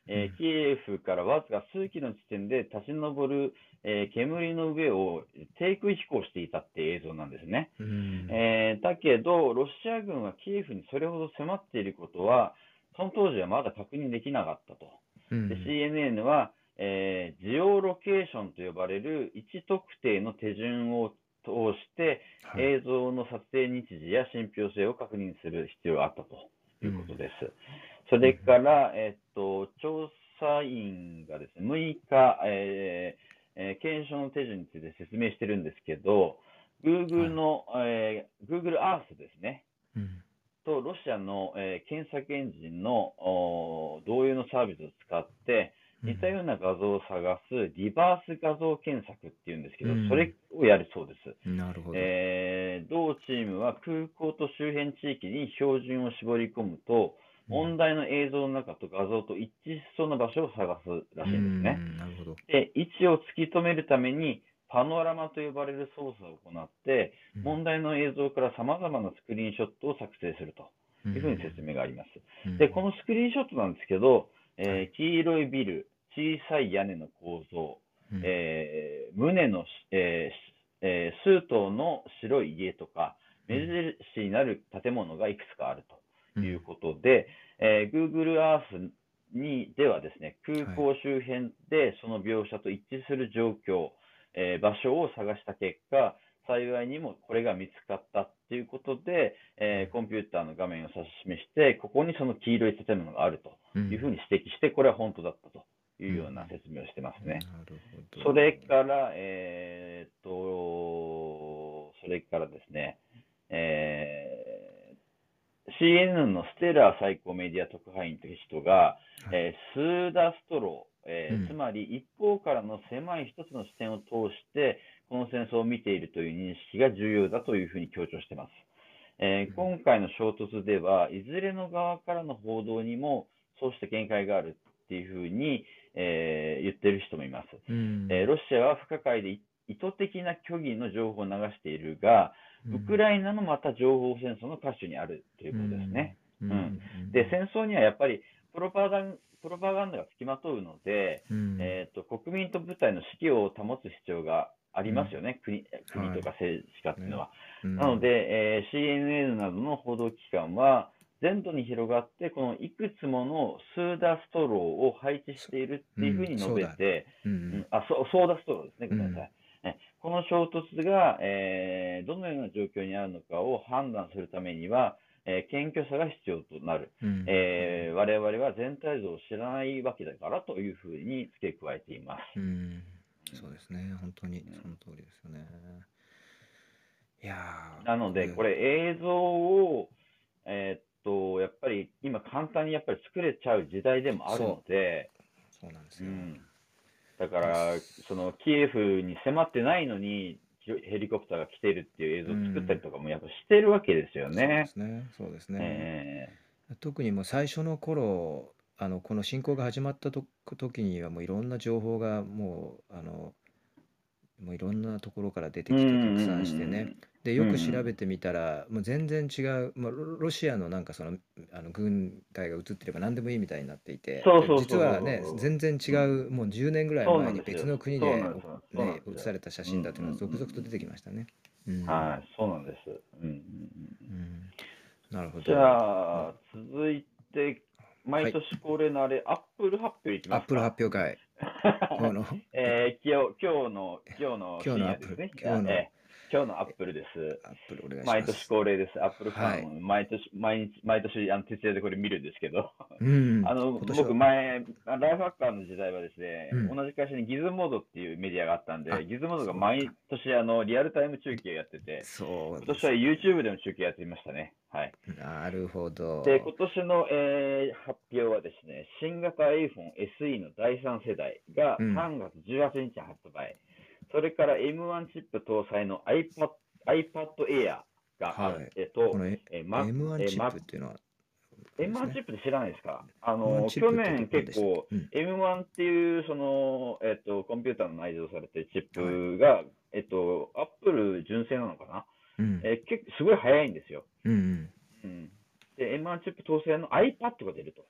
えーキエフからわずか数キロの地点で立ち上る、えー煙の上を低空飛行していたっていう映像なんですね。 うんえーだけど、ロシア軍はキエフにそれほど迫っていることは、その当時はまだ確認できなかったと。 うんで シーエヌエヌ は、えージオロケーションと呼ばれる位置特定の手順を通してはい映像の撮影日時や信憑性を確認する必要があったということです。それから、えっと、調査員がですね、むいか、えーえー検証の手順について説明してるんですけど、Google の、えー Google Earth ですね、 うんとロシアの、えー検索エンジンのおー同様のサービスを使って似たような画像を探すリバース画像検索っていうんですけど、 うんそれをやるそうです。 なるほど。 えー同チームは空港と周辺地域に標準を絞り込むと、問題の映像の中と画像と一致しそうな場所を探すらしいんですね。 うんなるほど。 で、位置を突き止めるためにパノラマと呼ばれる操作を行って、 うん問題の映像から様々なスクリーンショットを作成するというふうに説明があります。 うんで、このスクリーンショットなんですけど、えーはい黄色いビル、小さい屋根の構造、 うんえー棟の、えーえー数棟の白い家とか、目印になる建物がいくつかあるということで、えー Google Earth にではですね、空港周辺でその描写と一致する状況、えー場所を探した結果、幸いにもこれが見つかったということで、えーコンピューターの画面を指し示して、ここにその黄色い建物があるというふうに指摘して、これは本当だったというような説明をしてますね。 なるほど。 それから、えーっと、それからですね、えー シーエヌエヌ のステラー最高メディア特派員という人が、えースーダストロー、えーうんつまり一方からの狭い一つの視点を通してこの戦争を見ているという認識が重要だというふうに強調しています。えー今回の衝突ではいずれの側からの報道にもそうした見解があるっていうふうに、えー言っている人もいます。 うんえーロシアは不可解で意図的な虚偽の情報を流しているが、ウクライナもまた情報戦争の歌手にあるということですね。 うんうんで、戦争にはやっぱりプロパガンプロパガンダが付きまとうので、 うんえー、と国民と部隊の士気を保つ必要がありますよね、国国とか政治家っていうのは。 うんなので、えー シーエヌエヌ などの報道機関は、全土に広がって、このいくつものスーダストローを配置しているっていうふうに述べて、 うんうんあそソーダストローですね、ごめんなさい。ねこの衝突が、えーどのような状況にあるのかを判断するためには、えー謙虚さが必要となる。 うんえー我々は全体像を知らないわけだからというふうに付け加えています。 うんそうですね、本当にその通りですよね。いやーなので、これ映像を、えーっと、やっぱり今簡単にやっぱり作れちゃう時代でもあるので、 そうなんですよ。 うん、だから、そのキエフに迫ってないのにヘリコプターが来てるっていう映像を作ったりとかもやっぱしてるわけですよそうでね。 すね。そうですね。 え特にもう最初の頃、あのこの侵攻が始まったと時にはもういろんな情報がもうあのもういろんなところから出てーきて拡散してね。 うんでよく調べてみたら、もう全然違う、まあ、ロロシアのなんかそのあの軍隊が映ってれば何でもいいみたいになっていて、 そうそうそうそう実はね全然違う、もうじゅうねんぐらい前に別の国でそうなんですよそうなんねですよ映された写真だっていうのが続々と出てきましたね。うんはい、そうなんです。うんうんうんうんなるほど。 じゃあ、続いて、毎年恒例のあれ、アップル発表いきますか。 アップル発表会。今日のえー、今日今日の今日の今日の深夜ですね。 今日のえー今日のアップルです。 アップルお願いします。 毎年恒例です。アップルファン、 は毎年毎日毎年あの徹夜でこれ見るんですけど、 うん。 あの今年は僕前ライフハッカーの時代はですね、 うん同じ会社にギズモードっていうメディアがあったんあで、ギズモードが毎年あのリアルタイム中継をやってて、 そう今年は YouTube での中継やっていましたね。はい。 なるほど。 で、今年の、えー発表はですね、新型 iPhone エスイー のだいさん世代がうんさんがつじゅうはちにち発売、それから エムワン チップ搭載の iPad, iPad Air があはいってと、 このえーまエムワンえーチップっていうのは、 エムワン チップって知らないですか？あエムワンのチップ去って何でしたっ年結構、 けうんエムワン っていうその、えっとコンピューターの内蔵されてるチップが、えっと、Apple 純正なのかな、 うんえー結構すごい速いんですよ。 うんうん。 うん、で エムワン チップ搭載の iPad が出ると。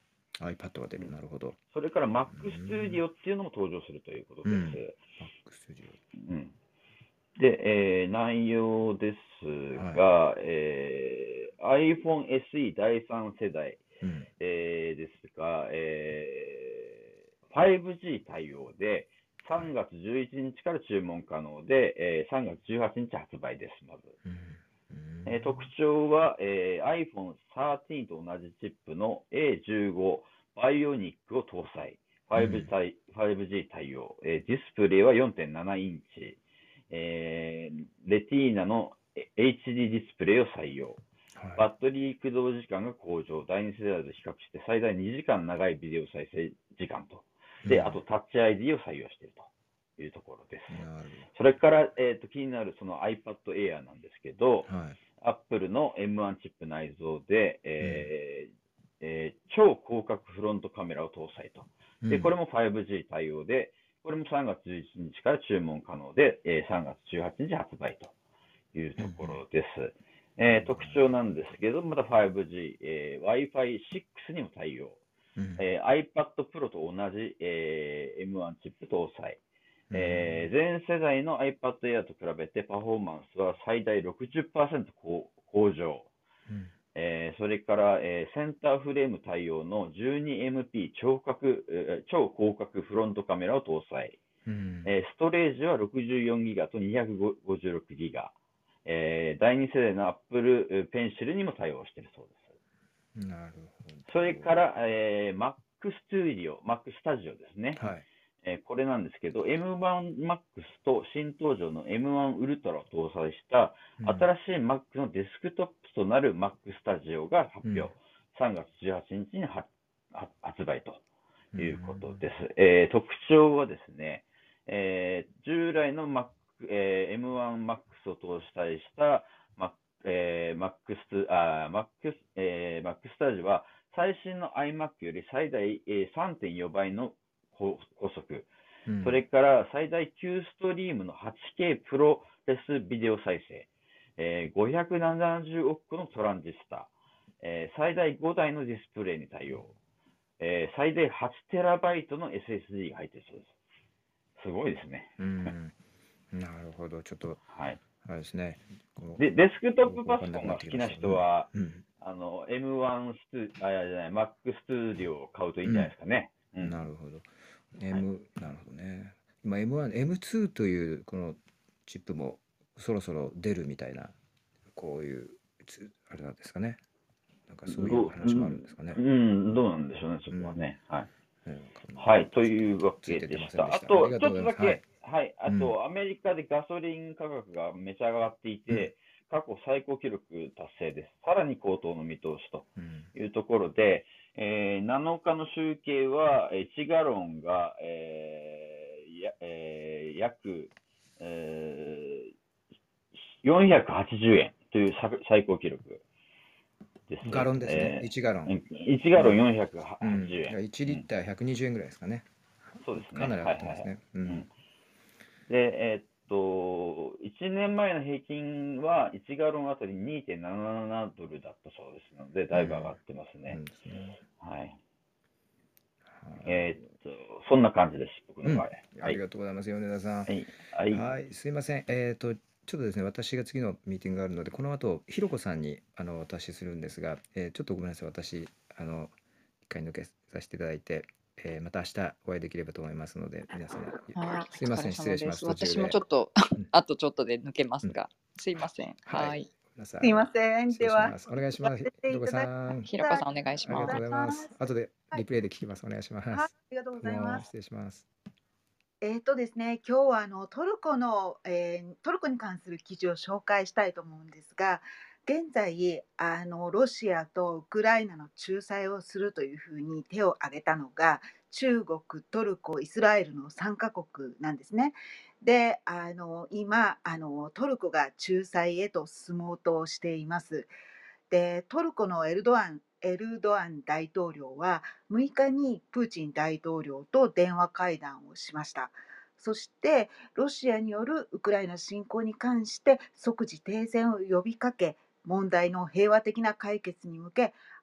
iPad が出る。なるほど。 それから Mac Studio っていうのも登場するということです。 うん Mac Studio。 うんで、えー内容ですが、えー iPhone エスイー だいさん世代、 うん。 えーですが、えー ファイブジー 対応で、さんがつじゅういちにちから注文可能で、えーさんがつじゅうはちにち発売です、まず。 うんえー特徴は、えー アイフォンサーティーン と同じチップの エーじゅうご バイオニックを搭載。ファイブジー 対ファイブジー 対応、えーディスプレイは よんてんななインチ、えーレティーナの エイチディー ディスプレイを採用。 はい。 バッテリー駆動時間が向上。だいに世代と比較して最大にじかん長いビデオ再生時間と。で、 うんあとタッチ アイディー を採用しているというところです。 なるそれから、えーと気になるその iPad Air なんですけど、 ほど。はい。 アップルの エムワン チップ内蔵で、えーえー超広角フロントカメラを搭載と。で、これも ファイブジー 対応で、これもさんがつじゅういちにちから注文可能で、えーさんがつじゅうはちにち発売というところです。えー特徴なんですけど、また ファイブジー、えー ワイファイシックス にも対応。 うんえー iPad Pro と同じ、えーエムワン チップ搭載。えー前世代の iPad Air と比べてパフォーマンスは最大 ろくじゅっパーセント 向向上。 うんえーそれから、えーセンターフレーム対応の じゅうにエムピー 超角、えー超広角フロントカメラを搭載。 うんえーストレージは ろくじゅうよんギガと にひゃくごじゅうろくギガ。えーだいに世代の Apple Pencil にも対応しているそうです。 なるほど。 それか、ら、えー Mac Studio、Mac Studio ですね。 はい。 えーこれなんですけど、エムワン Max と新登場の エムワン Ultra を搭載した新しい Mac のデスクトップとなる Mac Studio が発表。 うんさんがつじゅうはちにちに発発売ということです。えー特徴はですね、えー従来の Mac、えーエムワン Max を搭載した Mac、えー Mac スあー Mac、えー Mac Studio は最新の iMac より最大、えー さんてんよんばいの高高速、 うんそれから最大きゅうストリームの はちケー プロレスビデオ再生、えーごひゃくななじゅうおく個のトランジスタ、えー最大ごだいのディスプレイに対応、えー最大はちテラバイトの エスエスディー が入っているそうです。すごいですね。 うんなるほど。ちょっとはい。 あれですね。こので、デスクトップパソコンが好きな人は、 うんあの、エムワン スト、あ、いやじゃない、Mac Studio を買うといいんじゃないですかね。うんなるほど。M、なるほどね。今 エムワン、エムツー というこのチップもそろそろ出るみたいな、こういうつあれなんですかね。なんかそういう話もあるんですかねう。ん、どうなんでしょうね、そこはね。はい。 うんはい、というわけでついて出ました。 せんでしたあと、 ありがちょっとだとうございますけ、はい、あと、アメリカでガソリン価格がめちゃ上がっていて、過去最高記録達成です。さらに高騰の見通しとうんいうところで、えーなのかの集計は、いちガロンが、えーやえー約、えーよんひゃくはちじゅうえんというさ最高記録です。 ガロンですね。 えーいちガロン。 いちガロンよんひゃくはうんちじゅうえん。 いちリッターひゃくにじゅうえんぐらいですかね。 そうですね。 かなり上がってますね。うはいはいはいんで、えーっと、いちねんまえの平均はいちガロンあたり にてんなななな ドルだったそうですので、だいぶ上がってますね。 うんですねはい。 はいえーっと、そんな感じです、僕の場合。 ありがとうございます、米田さん。 はい。はい。 はい、すいません。えっ、と、ちょっとですね、私が次のミーティングがあるので、この後、ひろこさんにあのお渡しするんですが、えーちょっとごめんなさい、私、あの、一回抜けさせていただいて、えーまた明日お会いできればと思いますので、皆さん、 はい、 すいません、 お疲失礼します。 れ様です。 途中で私もちょっとうんあとちょっとで抜けますが、すいません。 はいはい。 ごめんなさい。 すいません。 失礼ではします。お願いします。ひろこさん、 ひろこさんお願いしありがとうごます。 ざいます。後でリプレイで聞きます。お願いします。 はい、ありがとうございどうもます。 失礼します。 えーとですね、今日はあのトルコの、えートルコに関する記事を紹介したいと思うんですが、現在あのロシアとウクライナの仲裁をするというふうに手を挙げたのが中国、トルコ、イスラエルのさんカ国なんですね。で、あの今あのトルコが仲裁へと進もうとしています。で、トルコのエルドアンエルドアン大統領はむいかにプーチン大統領と電話会談をしました。そしてロシアによるウクライナ侵攻に関して即時停戦を呼びかけ、問題の平和的な解決に向け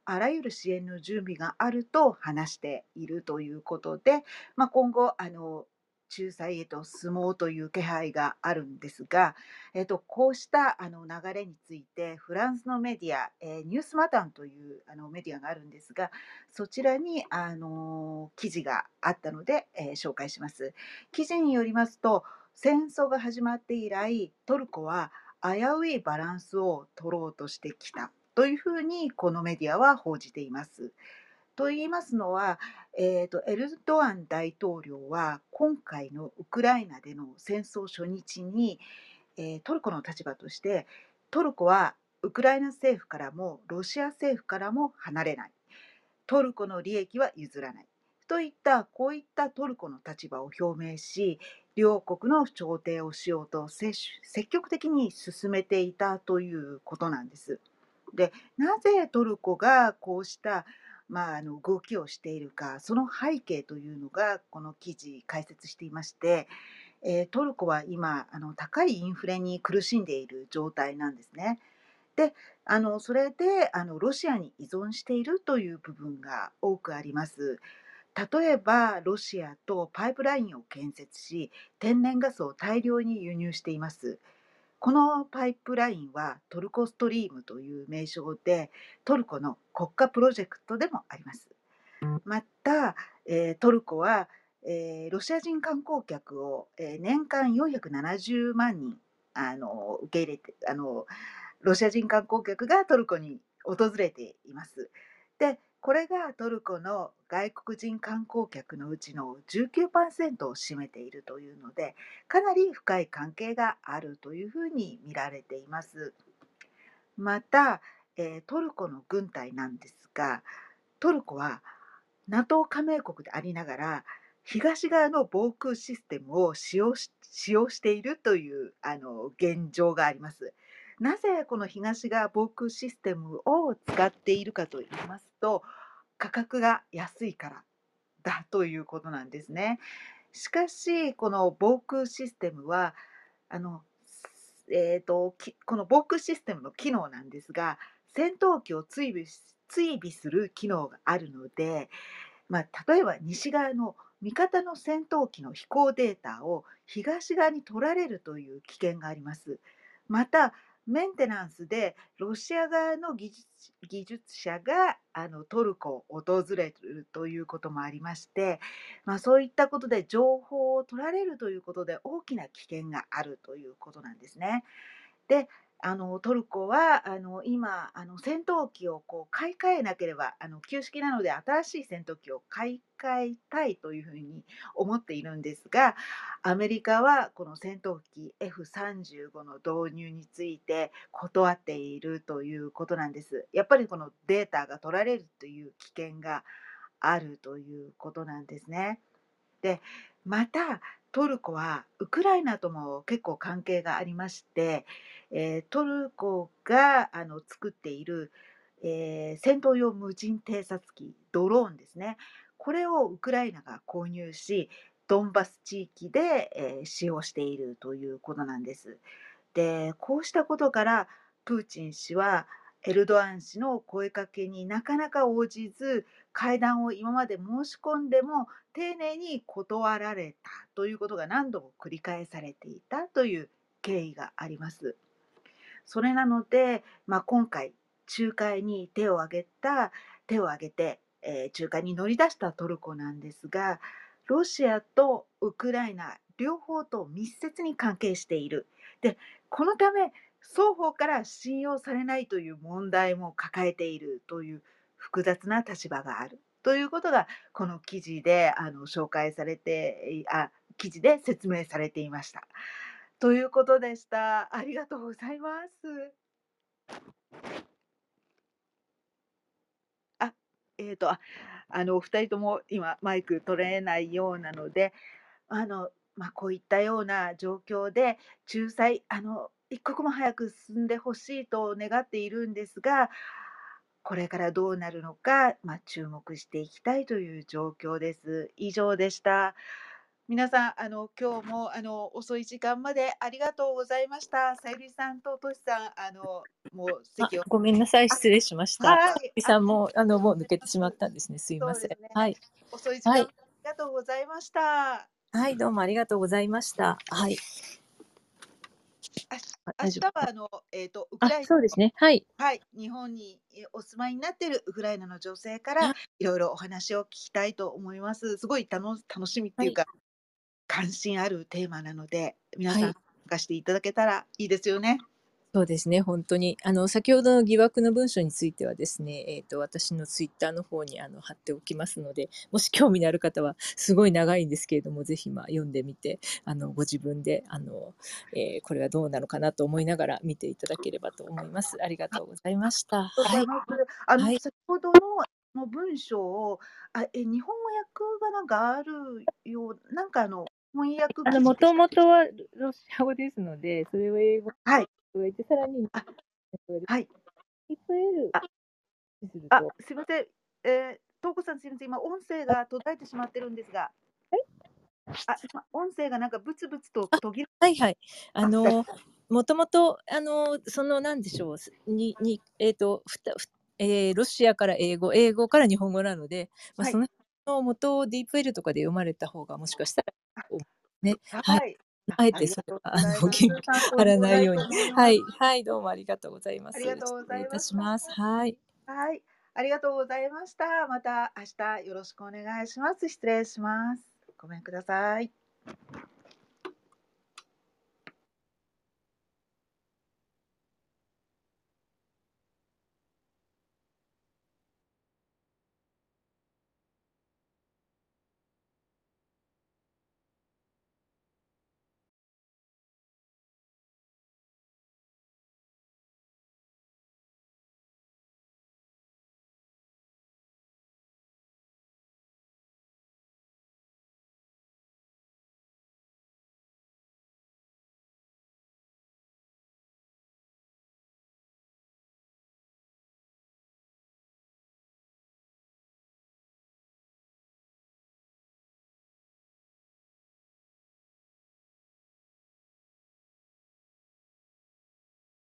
あらゆる支援の準備があると話しているということで、まあ、今後あの仲裁へと進もうという気配があるんですが、えっと、こうしたあの流れについてフランスのメディア、えーニュースマタンというあのメディアがあるんですが、そちらにあの記事があったので、えー紹介します。記事によりますと、戦争が始まって以来トルコは危ういバランスを取ろうとしてきたというふうにこのメディアは報じています。と言いますのは、えーと、エルドアン大統領は今回のウクライナでの戦争初日に、えートルコの立場として、トルコはウクライナ政府からもロシア政府からも離れない、トルコの利益は譲らないといったこういったトルコの立場を表明し、両国の調停をしようと積極的に進めていたということなんです。で、なぜトルコがこうした、まあ、あの動きをしているか、その背景というのがこの記事解説していまして、えートルコは今あの高いインフレに苦しんでいる状態なんですね。で、あのそれであのロシアに依存しているという部分が多くあります。例えばロシアとパイプラインを建設し、天然ガスを大量に輸入しています。このパイプラインはトルコストリームという名称で、トルコの国家プロジェクトでもあります。また、えートルコは、えーロシア人観光客を、えー年間よんひゃくななじゅうまんにんあの受け入れてあのロシア人観光客がトルコに訪れています。で、これがトルコの外国人観光客のうちのじゅうきゅうパーセントを占めているというので、かなり深い関係があるというふうに見られています。また、えートルコの軍隊なんですが、トルコは ナトー 加盟国でありながら、東側の防空システムを使用し使用しているというあの現状があります。なぜこの東側防空システムを使っているかと言いますと、価格が安いからだということなんですね。しかし、この防空システムは、あの、えーと、きこの防空システムの機能なんですが、戦闘機を追尾し追尾する機能があるので、まあ、例えば西側の味方の戦闘機の飛行データを東側に取られるという危険があります。また、メンテナンスでロシア側の技術技術者があのトルコを訪れるということもありまして、まあ、そういったことで情報を取られるということで大きな危険があるということなんですね。で、あのトルコはあの今あの戦闘機をこう買い替えなければ、あの旧式なので新しい戦闘機を買い替えたいというふうに思っているんですが、アメリカはこの戦闘機 エフさんじゅうご の導入について断っているということなんです。やっぱりこのデータが取られるという危険があるということなんですね。で、またトルコはウクライナとも結構関係がありまして、えートルコがあの作っている、えー戦闘用無人偵察機、ドローンですね。これをウクライナが購入し、ドンバス地域で、えー使用しているということなんです。で、こうしたことからプーチン氏はエルドアン氏の声かけになかなか応じず、会談を今まで申し込んでも丁寧に断られたということが何度も繰り返されていたという経緯があります。それなので、まあ、今回仲介に手を挙げた手を挙げて、えー仲介に乗り出したトルコなんですが、ロシアとウクライナ両方と密接に関係している。で、このため双方から信用されないという問題も抱えているという複雑な立場があるということがこの記事であの紹介されてあ記事で説明されていました。ということでした。ありがとうございます。あ、えっ、と、あ、あの、お二人とも今マイク取れないようなので、あの、まあ、こういったような状況で仲裁、あの、一刻も早く進んでほしいと願っているんですが、これからどうなるのか、まあ、注目していきたいという状況です。以上でした。 皆さん、あの今日もあの遅い時間までありがとうございました。さゆりさんととしさん、あのもうあ、 席を。 ごめんなさい、 あ、 失礼しました。 はい、 さあ、 んもあのもう抜けてますしまったんですね。すいません。 そうですね。 はい。 遅い時間、 はい。 ありがとうございました。 はい、どうもありがとうございました。はい。 あしあ、 明大丈夫か。 日はあの、えっと、ウクあ、 ライナの、 そうですね。はい。 はい、日本にえお住まいになっているウクライナの女性からあ、 いろいろお話を聞きたいと思います。すごい楽楽しみってはい。 いうか、関心あるテーマなので、皆さん参はい。 加していただけたらいいですよね。 そうですね、本当に。あの、先ほどの疑惑の文書についてはですね、えっと、私のツイッターの方にあの貼っておきますので、もし興味のある方は、すごい長いんですけれども、ぜひまあ読んでみて、あの、ご自分で、あの、えーこれはどうなのかなと思いながら見ていただければと思います。ありがとうございました。はい。 ございます。あの、 はい。 先ほどのの文章を、あ、え、日本語訳がなんかあるよう、なんかあの、翻訳あの、 記事もともとはロシア語ですので、それを英語はい。 に加えて、さらに、 あ、 えっと、 はい。 リプエルあ、 にするあ、 と、 すいません。えー、トーコさんすいません。今音声が途絶えてしまってるんですが、 はい。 あ、今音声がなんかブツブツとあ、 途切れはいはい。ああ、だの、もともと、あの、その、なんでしょう、すににえっと、ふたふえーロシアから英語、英語から日本語なので、まあ、 はい。 そのの元をディープエルとかで読まれた方がもしかしたらおね、 あ、 はい。 はい。あ、 あえありがてそれは、 とうごあの、 ざいます。 元気参考張になるらないように。 と思います。 はい、はい、どうもありがとうございます。 ありがとうご失礼いたざいました。 します。はい。 はい。ありがとうございました。また明日よろしくお願いします。失礼します。ごめんください。